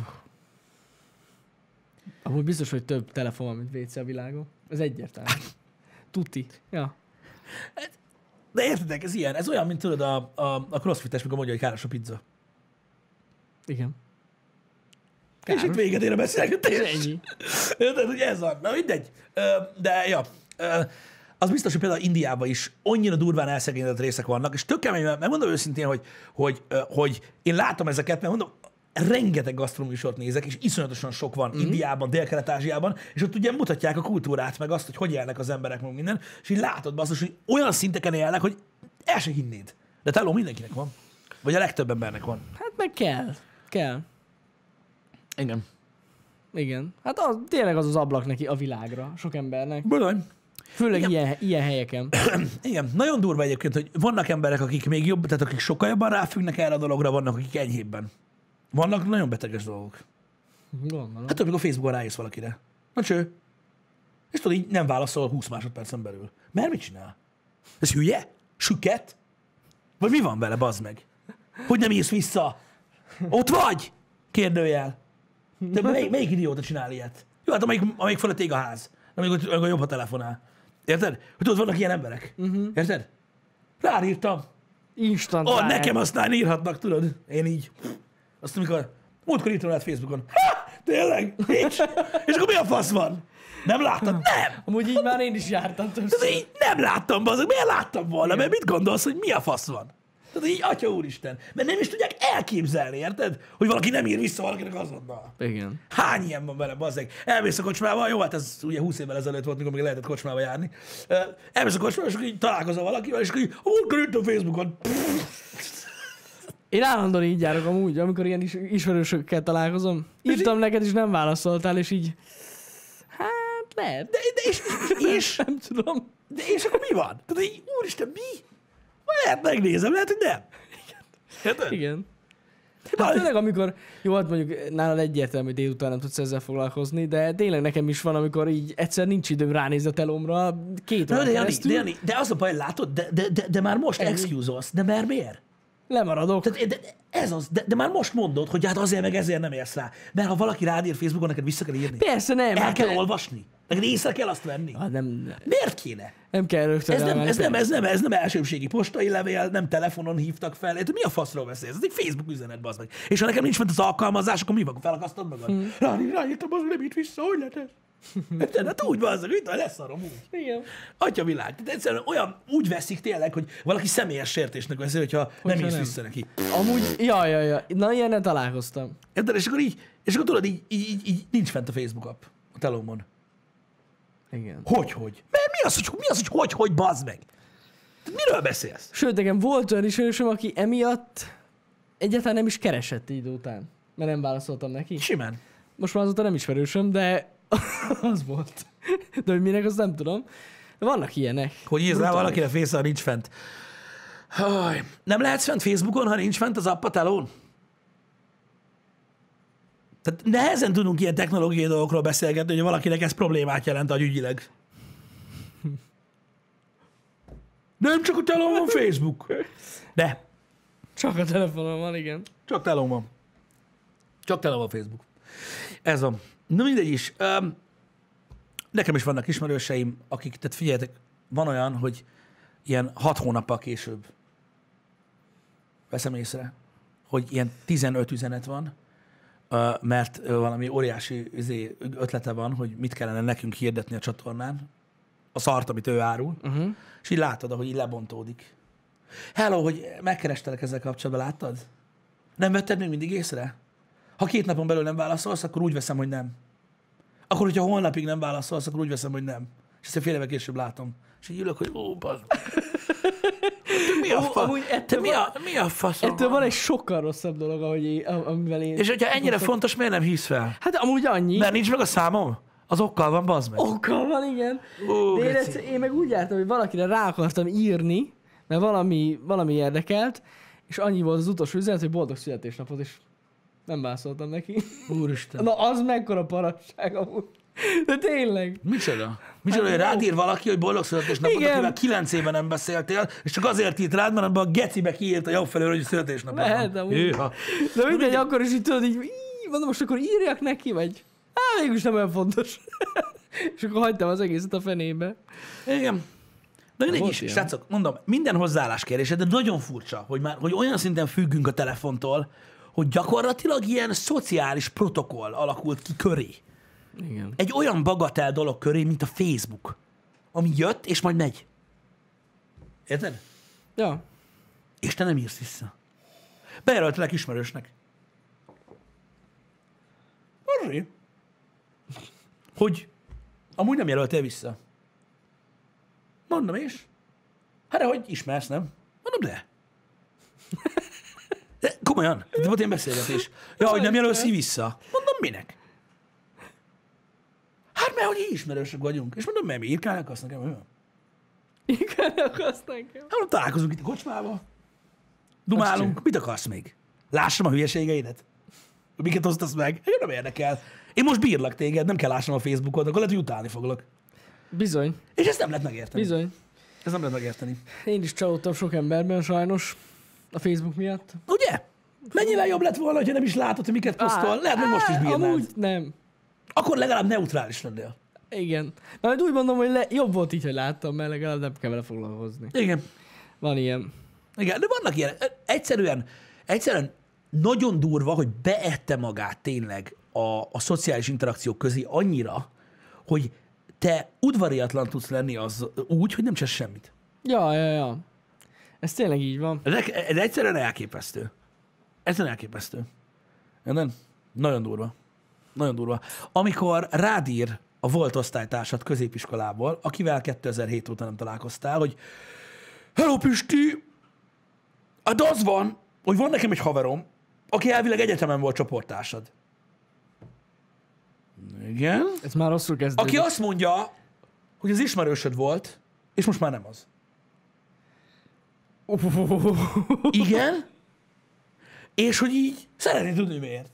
Amúgy biztos, hogy több telefon van, mint WC a világon. Ez egyértelmű. Tuti. Ja. De értedek, ez ilyen. Ez olyan, mint tudod a crossfites, mikor mondja, hogy káros a pizza. Igen. És itt véget ér a beszélgetés. Ennyi. Érted, hogy ez van. Na mindegy. De ja, az biztos, hogy például Indiában is annyira durván elszegényedett részek vannak, és tök kemény, mert megmondom őszintén, hogy én látom ezeket, mert mondom, rengeteg gasztroműsort nézek, és iszonyatosan sok van Indiában, Dél-Kelet-Ázsiában, és ott ugye mutatják a kultúrát, meg azt, hogy élnek az emberek, meg minden, és így látod basszus, hogy olyan szinteken élnek, hogy el se hinnéd. De teló mindenkinek van. Vagy a legtöbb embernek van. Hát meg kell. Kell. Igen. Igen. Hát az, tényleg az ablak neki a világra, sok embernek. Bizony. Főleg ilyen helyeken. Igen, nagyon durva egyébként, hogy vannak emberek, akik még jobb, tehát akik sokkal jobban ráfüggnek erre a dologra, vannak, akik enyhébben. Vannak nagyon beteges dolgok. Gondolom. Hát amikor Facebookon rájössz valakire. Na cső. És tudod, így nem válaszol 20 másodpercen belül. Mert mit csinál? Ez hülye? Süket? Vagy mi van vele, bazd meg? Hogy nem írsz vissza? Ott vagy? Kérdőjel. De melyik idióta csinál ilyet? Jó, hát amelyik fölött ég a ház. Amikor jobb, ha telefonál. Érted? Hogy tudod, vannak ilyen emberek. Érted? Rárírtam. Instant Nekem aztán írhatnak, tudod? Én így. Azt amikor múltkor írtam rá Facebookon. Ha! Tényleg? Nincs? És akkor mi a fasz van? Nem láttad? Nem! Amúgy így már én is jártam többször. Tehát így nem láttam, bazeg. Miért láttam volna? Mert mit gondolsz, hogy mi a fasz van? Tehát így, atya úristen. Mert nem is tudják elképzelni, érted? Hogy valaki nem ír vissza valakinek azonnal. Igen. Hány ilyen van vele, bazzeg? Elmész a kocsmába, jó, hát ez ugye 20 évvel ezelőtt volt, mikor még lehetett kocsmába járni. Elmész a kocsmába, és akkor így találkozol valakivel, és akkor így, múltkor írtam Facebookon. Én állandóan így járok amúgy, amikor ilyen ismerősökkel találkozom. Írtam neked, és nem válaszoltál, és így... Hát lehet. De és Nem tudom. De és akkor mi van? Tehát így, úristen, mi? Lehet megnézem, lehet, hogy nem. Érted? Igen. Hát tényleg, amikor, jó, hát mondjuk nálad egyértelmű, hogy délután nem tudsz ezzel foglalkozni, de tényleg nekem is van, amikor így egyszer nincs időm ránézni a telomra 2 órán keresztül. Jani, de az a baj, látod, de már most excuse-olsz, de mert miért? Lemaradok. Tehát, ez az, de már most mondod, hogy hát azért meg ezért nem érsz rá. Mert ha valaki rád ír Facebookon, neked vissza kell írni. Persze nem. El kell olvasni. Neked észre kell azt venni. Hát nem, Miért kéne? nem kell rögtön Ez nem elsőbségi postai levél, nem telefonon hívtak fel. Mi a faszról beszélsz? Ez egy Facebook üzenet, bazd meg. És ha nekem nincs fent az alkalmazás, akkor mi van? Felakasztod magad? Ráírtam, bazd, nem írt vissza, hogy lehet ez? Hát úgy bazd, hogy leszarom úgy. Igen. Atya világ. Tehát egyszerűen olyan úgy veszik tényleg, hogy valaki személyes sértésnek veszi, hogyha nem írsz vissza neki. Amúgy, ja. Na, ilyennel találkoztam. Érted? És akkor tudod, így nincs fent a Facebook app a telómon. Igen. Hogy? Mert mi az, hogy bazd meg? Miről beszélsz? Sőt, nekem volt olyan ismerősöm, aki emiatt egyáltalán nem is keresett idő után. Mert nem válaszoltam neki. Simán. Most már azóta nem ismerősöm, de az volt. De hogy minek, azt nem tudom. De vannak ilyenek. Hogy írsz rá valakire Facebook, ha nincs fent. Haj. Nem lehetsz fent Facebookon, ha nincs fent az app a telón? Tehát nehezen tudunk ilyen technológiai dolgokról beszélgetni, hogy valakinek ez problémát jelent agyügyileg. Nem csak a telón van Facebook. De. Csak a telefonon van, igen. Csak telón van. Csak telón van Facebook. Ez van. Na mindegy is. Nekem is vannak ismerőseim, akik, tehát figyeljetek, van olyan, hogy ilyen 6 hónappal később veszem észre, hogy ilyen 15 üzenet van, mert valami óriási ötlete van, hogy mit kellene nekünk hirdetni a csatornán, a szart, amit ő árul, és így látod, ahogy így lebontódik. Hello, hogy megkerestelek ezzel kapcsolatban, láttad? Nem vetted még mindig észre? Ha 2 napon belül nem válaszolsz, akkor úgy veszem, hogy nem. Akkor, hogyha holnapig nem válaszolsz, akkor úgy veszem, hogy nem. És ezt fél éve később látom. És így ülök, hogy bazd. Mi a fasz? Ettől van egy sokkal rosszabb dolog, amivel én... És hogyha ennyire fontos, miért nem hisz fel? Hát amúgy annyi. Mert nincs meg a számom? Az okkal van, bazd meg. Okkal van, igen. Ó, De én meg úgy jártam, hogy valakire rá akartam írni, mert valami érdekelt, és annyi volt az utolsó üzenet, hogy boldog születésnapot, és nem válaszoltam neki. Úristen. Na az mekkora parasság amúgy. De tényleg. Micsoda, hogy rád ír valaki, hogy boldog születésnapot, Igen. akivel 9 éve nem beszéltél, és csak azért írt rád, mert abban a gecibe kiírt a jobb felől, hogy születésnapot Lehet, van. amúgy. Hűha. De mindegy, akkor is így tudod, így mondom, most akkor írjak neki, vagy? Végülis nem olyan fontos. És akkor hagytam az egészet a fenébe. Igen. De mindegy volt is, ilyen. srácok, mondom, minden hozzáállás kérdése, de nagyon furcsa, hogy olyan szinten függünk a telefontól, hogy gyakorlatilag ilyen szociális protokoll alakult ki köré. Igen. Egy olyan bagatel dolog köré, mint a Facebook, ami jött, és majd megy. Érted? Ja. És te nem írsz vissza. Bejelöltelek ismerősnek. Azért. Hogy amúgy nem jelöltél vissza. Mondom és? Hát de hogy ismersz, nem? Mondom, de. Komolyan? Tehát volt ilyen beszélgetés. Ja, hogy nem jelölsz vissza. Mondom, minek? Hát mert hogy ismerősök vagyunk. És mondom, mi írkálnak azt nekem, olyan. Írkálnak azt nekem. Hát mondom, találkozunk itt a kocsmába. Dumálunk. Mit akarsz még? Lássam a hülyeségeidet? Miket osztasz meg? Engem nem érdekel. Én most bírlak téged, nem kell lássam a Facebookon, akkor lehet, hogy utálni foglak. Bizony, És ezt nem lehet megérteni. bizony. Ezt nem lehet megérteni. Én is csalódtam sok emberben sajnos a Facebook miatt. Ugye? Mennyivel jobb lett volna, ha nem is látod, hogy miket posztol? Lehet, hogy most is bírnád. Amúgy nem. Akkor legalább neutrális lennél. Igen. Majd úgy mondom, hogy jobb volt így, hogy láttam, mert legalább nem kell vele foglalkozni. Igen. Van ilyen. Igen, de vannak ilyen. Egyszerűen nagyon durva, hogy beette magát tényleg a szociális interakciók közé annyira, hogy te udvariatlan tudsz lenni az úgy, hogy nem csinálsz semmit. Ja. Ez tényleg így van. Ez egyszerűen elképesztő. Egyszerűen elképesztő. Nem? Nagyon durva. Nagyon durva. Amikor rád ír a volt osztálytársad középiskolából, akivel 2007 óta nem találkoztál, hogy hello Pisti, hát az van, hogy van nekem egy haverom, aki elvileg egyetemen volt csoporttársad. Igen. Ez már rosszul kezdődik. Aki azt mondja, hogy az ismerősöd volt, és most már nem az. Igen. És hogy így szeretné tudni miért.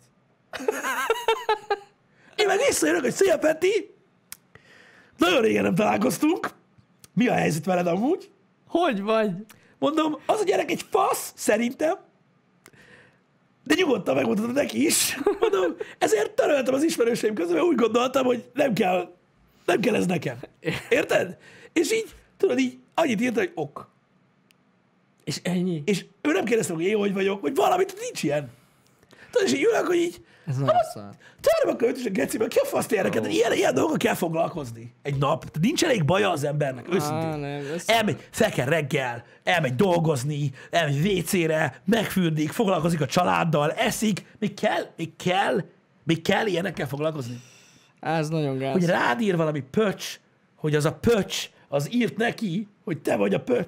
Én meg visszajönök, hogy szia Peti, nagyon régen nem találkoztunk. Mi a helyzet veled amúgy? Hogy vagy? Mondom, az a gyerek egy fasz, szerintem, de nyugodtan megmondhatod neki is. Mondom, ezért töröltem az ismerőseim közül, mert úgy gondoltam, hogy nem kell ez nekem. Érted? És így, tudod, így annyit írta, hogy ok. És ennyi? És ő nem kérdezte, hogy én hogy vagyok, vagy valamit, nincs ilyen. Tudod, és így ülök, hogy így, Ez nagyon szar. töröm a költösök gecibe, ki a fasz érdekel, ilyen dolgokkal kell foglalkozni egy nap. Tehát nincs elég baja az embernek, őszintén. Nem, Elmegy fel reggel, elmegy dolgozni, elmegy WC-re, megfürdik, foglalkozik a családdal, eszik. Még kell ilyenekkel foglalkozni? Ez nagyon gáz. Hogy rád ír valami pöcs, hogy az a pöcs, az írt neki, hogy te vagy a pöcs.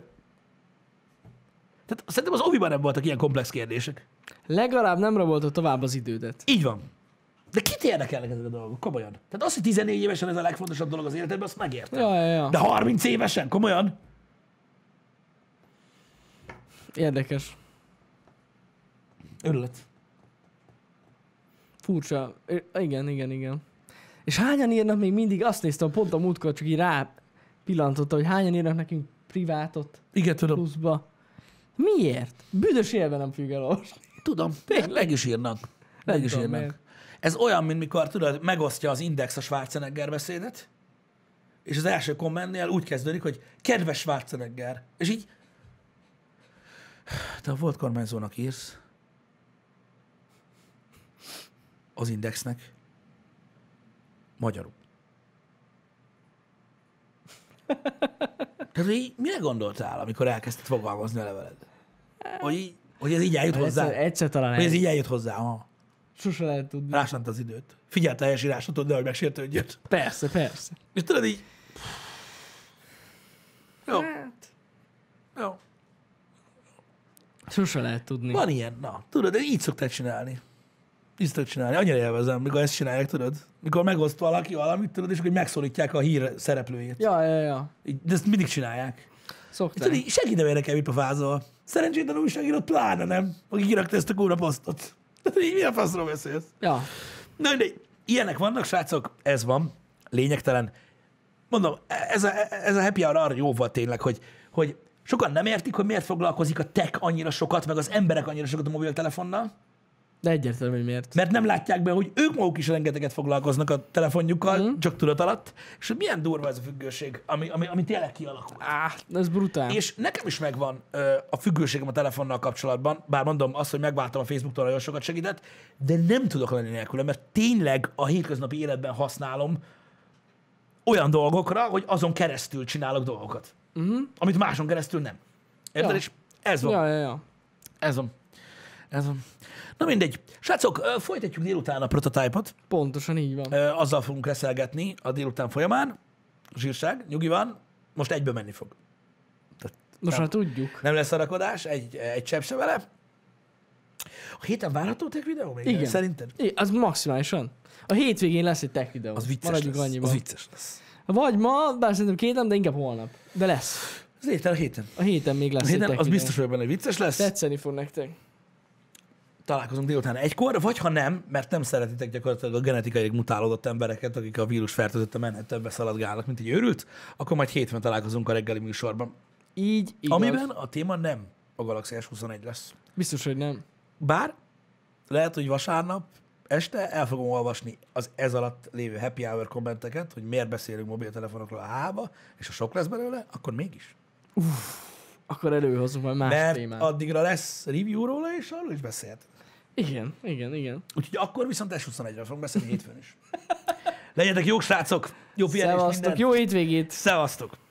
Tehát szerintem az oviban nem voltak ilyen komplex kérdések. Legalább nem rabolta tovább az idődet. Így van. De kit érdekelnek ezek a dolgok? Komolyan. Tehát az, hogy 14 évesen ez a legfontosabb dolog az életedben, azt megértem. Ja. De 30 évesen? Komolyan? Érdekes. Örület. Furcsa. Igen. És hányan írnak még mindig, azt néztem pont a múltkor, csak így rá pillantotta, hogy hányan írnak nekünk privátot Igen, tudom. pluszba. Miért? Büdös élve nem függ elolvasni. Tudom. Meg is írnak. Meg is tudom, írnak. miért. Ez olyan, mint mikor tudod, megosztja az Index a Schwarzenegger beszédet, és az első kommentnél úgy kezdődik, hogy kedves Schwarzenegger. És így te a volt kormányzónak írsz az Indexnek magyarul. Tehát így mire gondoltál, amikor elkezdted fogalmazni a leveled? Hogy ez így eljut hozzá? Egyszer talán Hogy ez így eljut hozzá? Ha. Sose lehet tudni. Rásánt az időt. Figyelt a helyesírásra, tudod, hogy megsértődjön. Persze. És tudod így... Jó. Jó. Sose lehet tudni. Van ilyen, na. Tudod, de így szokták csinálni. Így szokták csinálni. Annyira élvezem, mikor ezt csinálják, tudod. Mikor megoszt valaki valamit, tudod, és akkor megszólítják a hír szereplőjét. Ja. De ezt mindig csinálják. Szokták. Tudod, így senki nem érdekel, mit pofázol. Szerencsétlen újságírót pláne nem, aki kirakta ezt a kúra posztot. Tehát így milyen faszról beszélsz? Ja. Na, de ilyenek vannak, srácok, ez van, lényegtelen. Mondom, ez a happy hour arra jó volt tényleg, hogy sokan nem értik, hogy miért foglalkozik a tech annyira sokat, meg az emberek annyira sokat a mobiltelefonnal, De egyértelmű, hogy miért. mert nem látják be, hogy ők maguk is rengeteget foglalkoznak a telefonjukkal, csak tudat alatt, és hogy milyen durva ez a függőség, ami tényleg kialakul. Ez brutál. És nekem is megvan a függőségem a telefonnal kapcsolatban, bár mondom azt, hogy megváltam a Facebooktól, nagyon sokat segített, de nem tudok lenni nélküle, mert tényleg a hétköznapi életben használom olyan dolgokra, hogy azon keresztül csinálok dolgokat, amit máson keresztül nem. Érted? Ja. És ez van. Ja. Ez van. Na mindegy. Srácok, folytatjuk délután a prototype-ot. Pontosan így van. Azzal fogunk reszelgetni a délután folyamán. Zsírság, nyugi van. Most egybe menni fog. Most már tudjuk. Nem lesz szarakodás, egy csepp se vele. A héten várható tech videó még? Igen. Szerinted? Az maximálisan. A hétvégén lesz egy tech videó. Az vicces Maradjunk lesz. annyiban. Az vicces lesz. Vagy ma, bár szerintem 2 nap, de inkább holnap. De lesz. Az héten, a héten. A héten még lesz A egy héten tech az videó. biztos, hogy benne vicces lesz. Tetszeni fog nektek. Találkozunk délután 1-kor, vagy ha nem, mert nem szeretitek gyakorlatilag a genetikailag mutálódott embereket, akik a vírus fertőzött a menhetőbe szaladgálnak, mint egy őrült, akkor majd hétfőn találkozunk a reggeli műsorban. Így igaz. Amiben a téma nem a Galaxy S21 lesz. Biztos, hogy nem. Bár lehet, hogy vasárnap este el fogom olvasni az ez alatt lévő happy hour kommenteket, hogy miért beszélünk mobiltelefonokról a hába, és ha sok lesz belőle, akkor mégis. Akkor előhozunk majd más Mert témát. addigra lesz review róla, és arról is beszélt. Igen, igen, igen. Úgyhogy akkor viszont S21-ről fogunk beszélni hétfőn is. Legyetek jók, srácok! Jó pihenést Szevasztok, mindent! jó hétvégét! Szevasztok!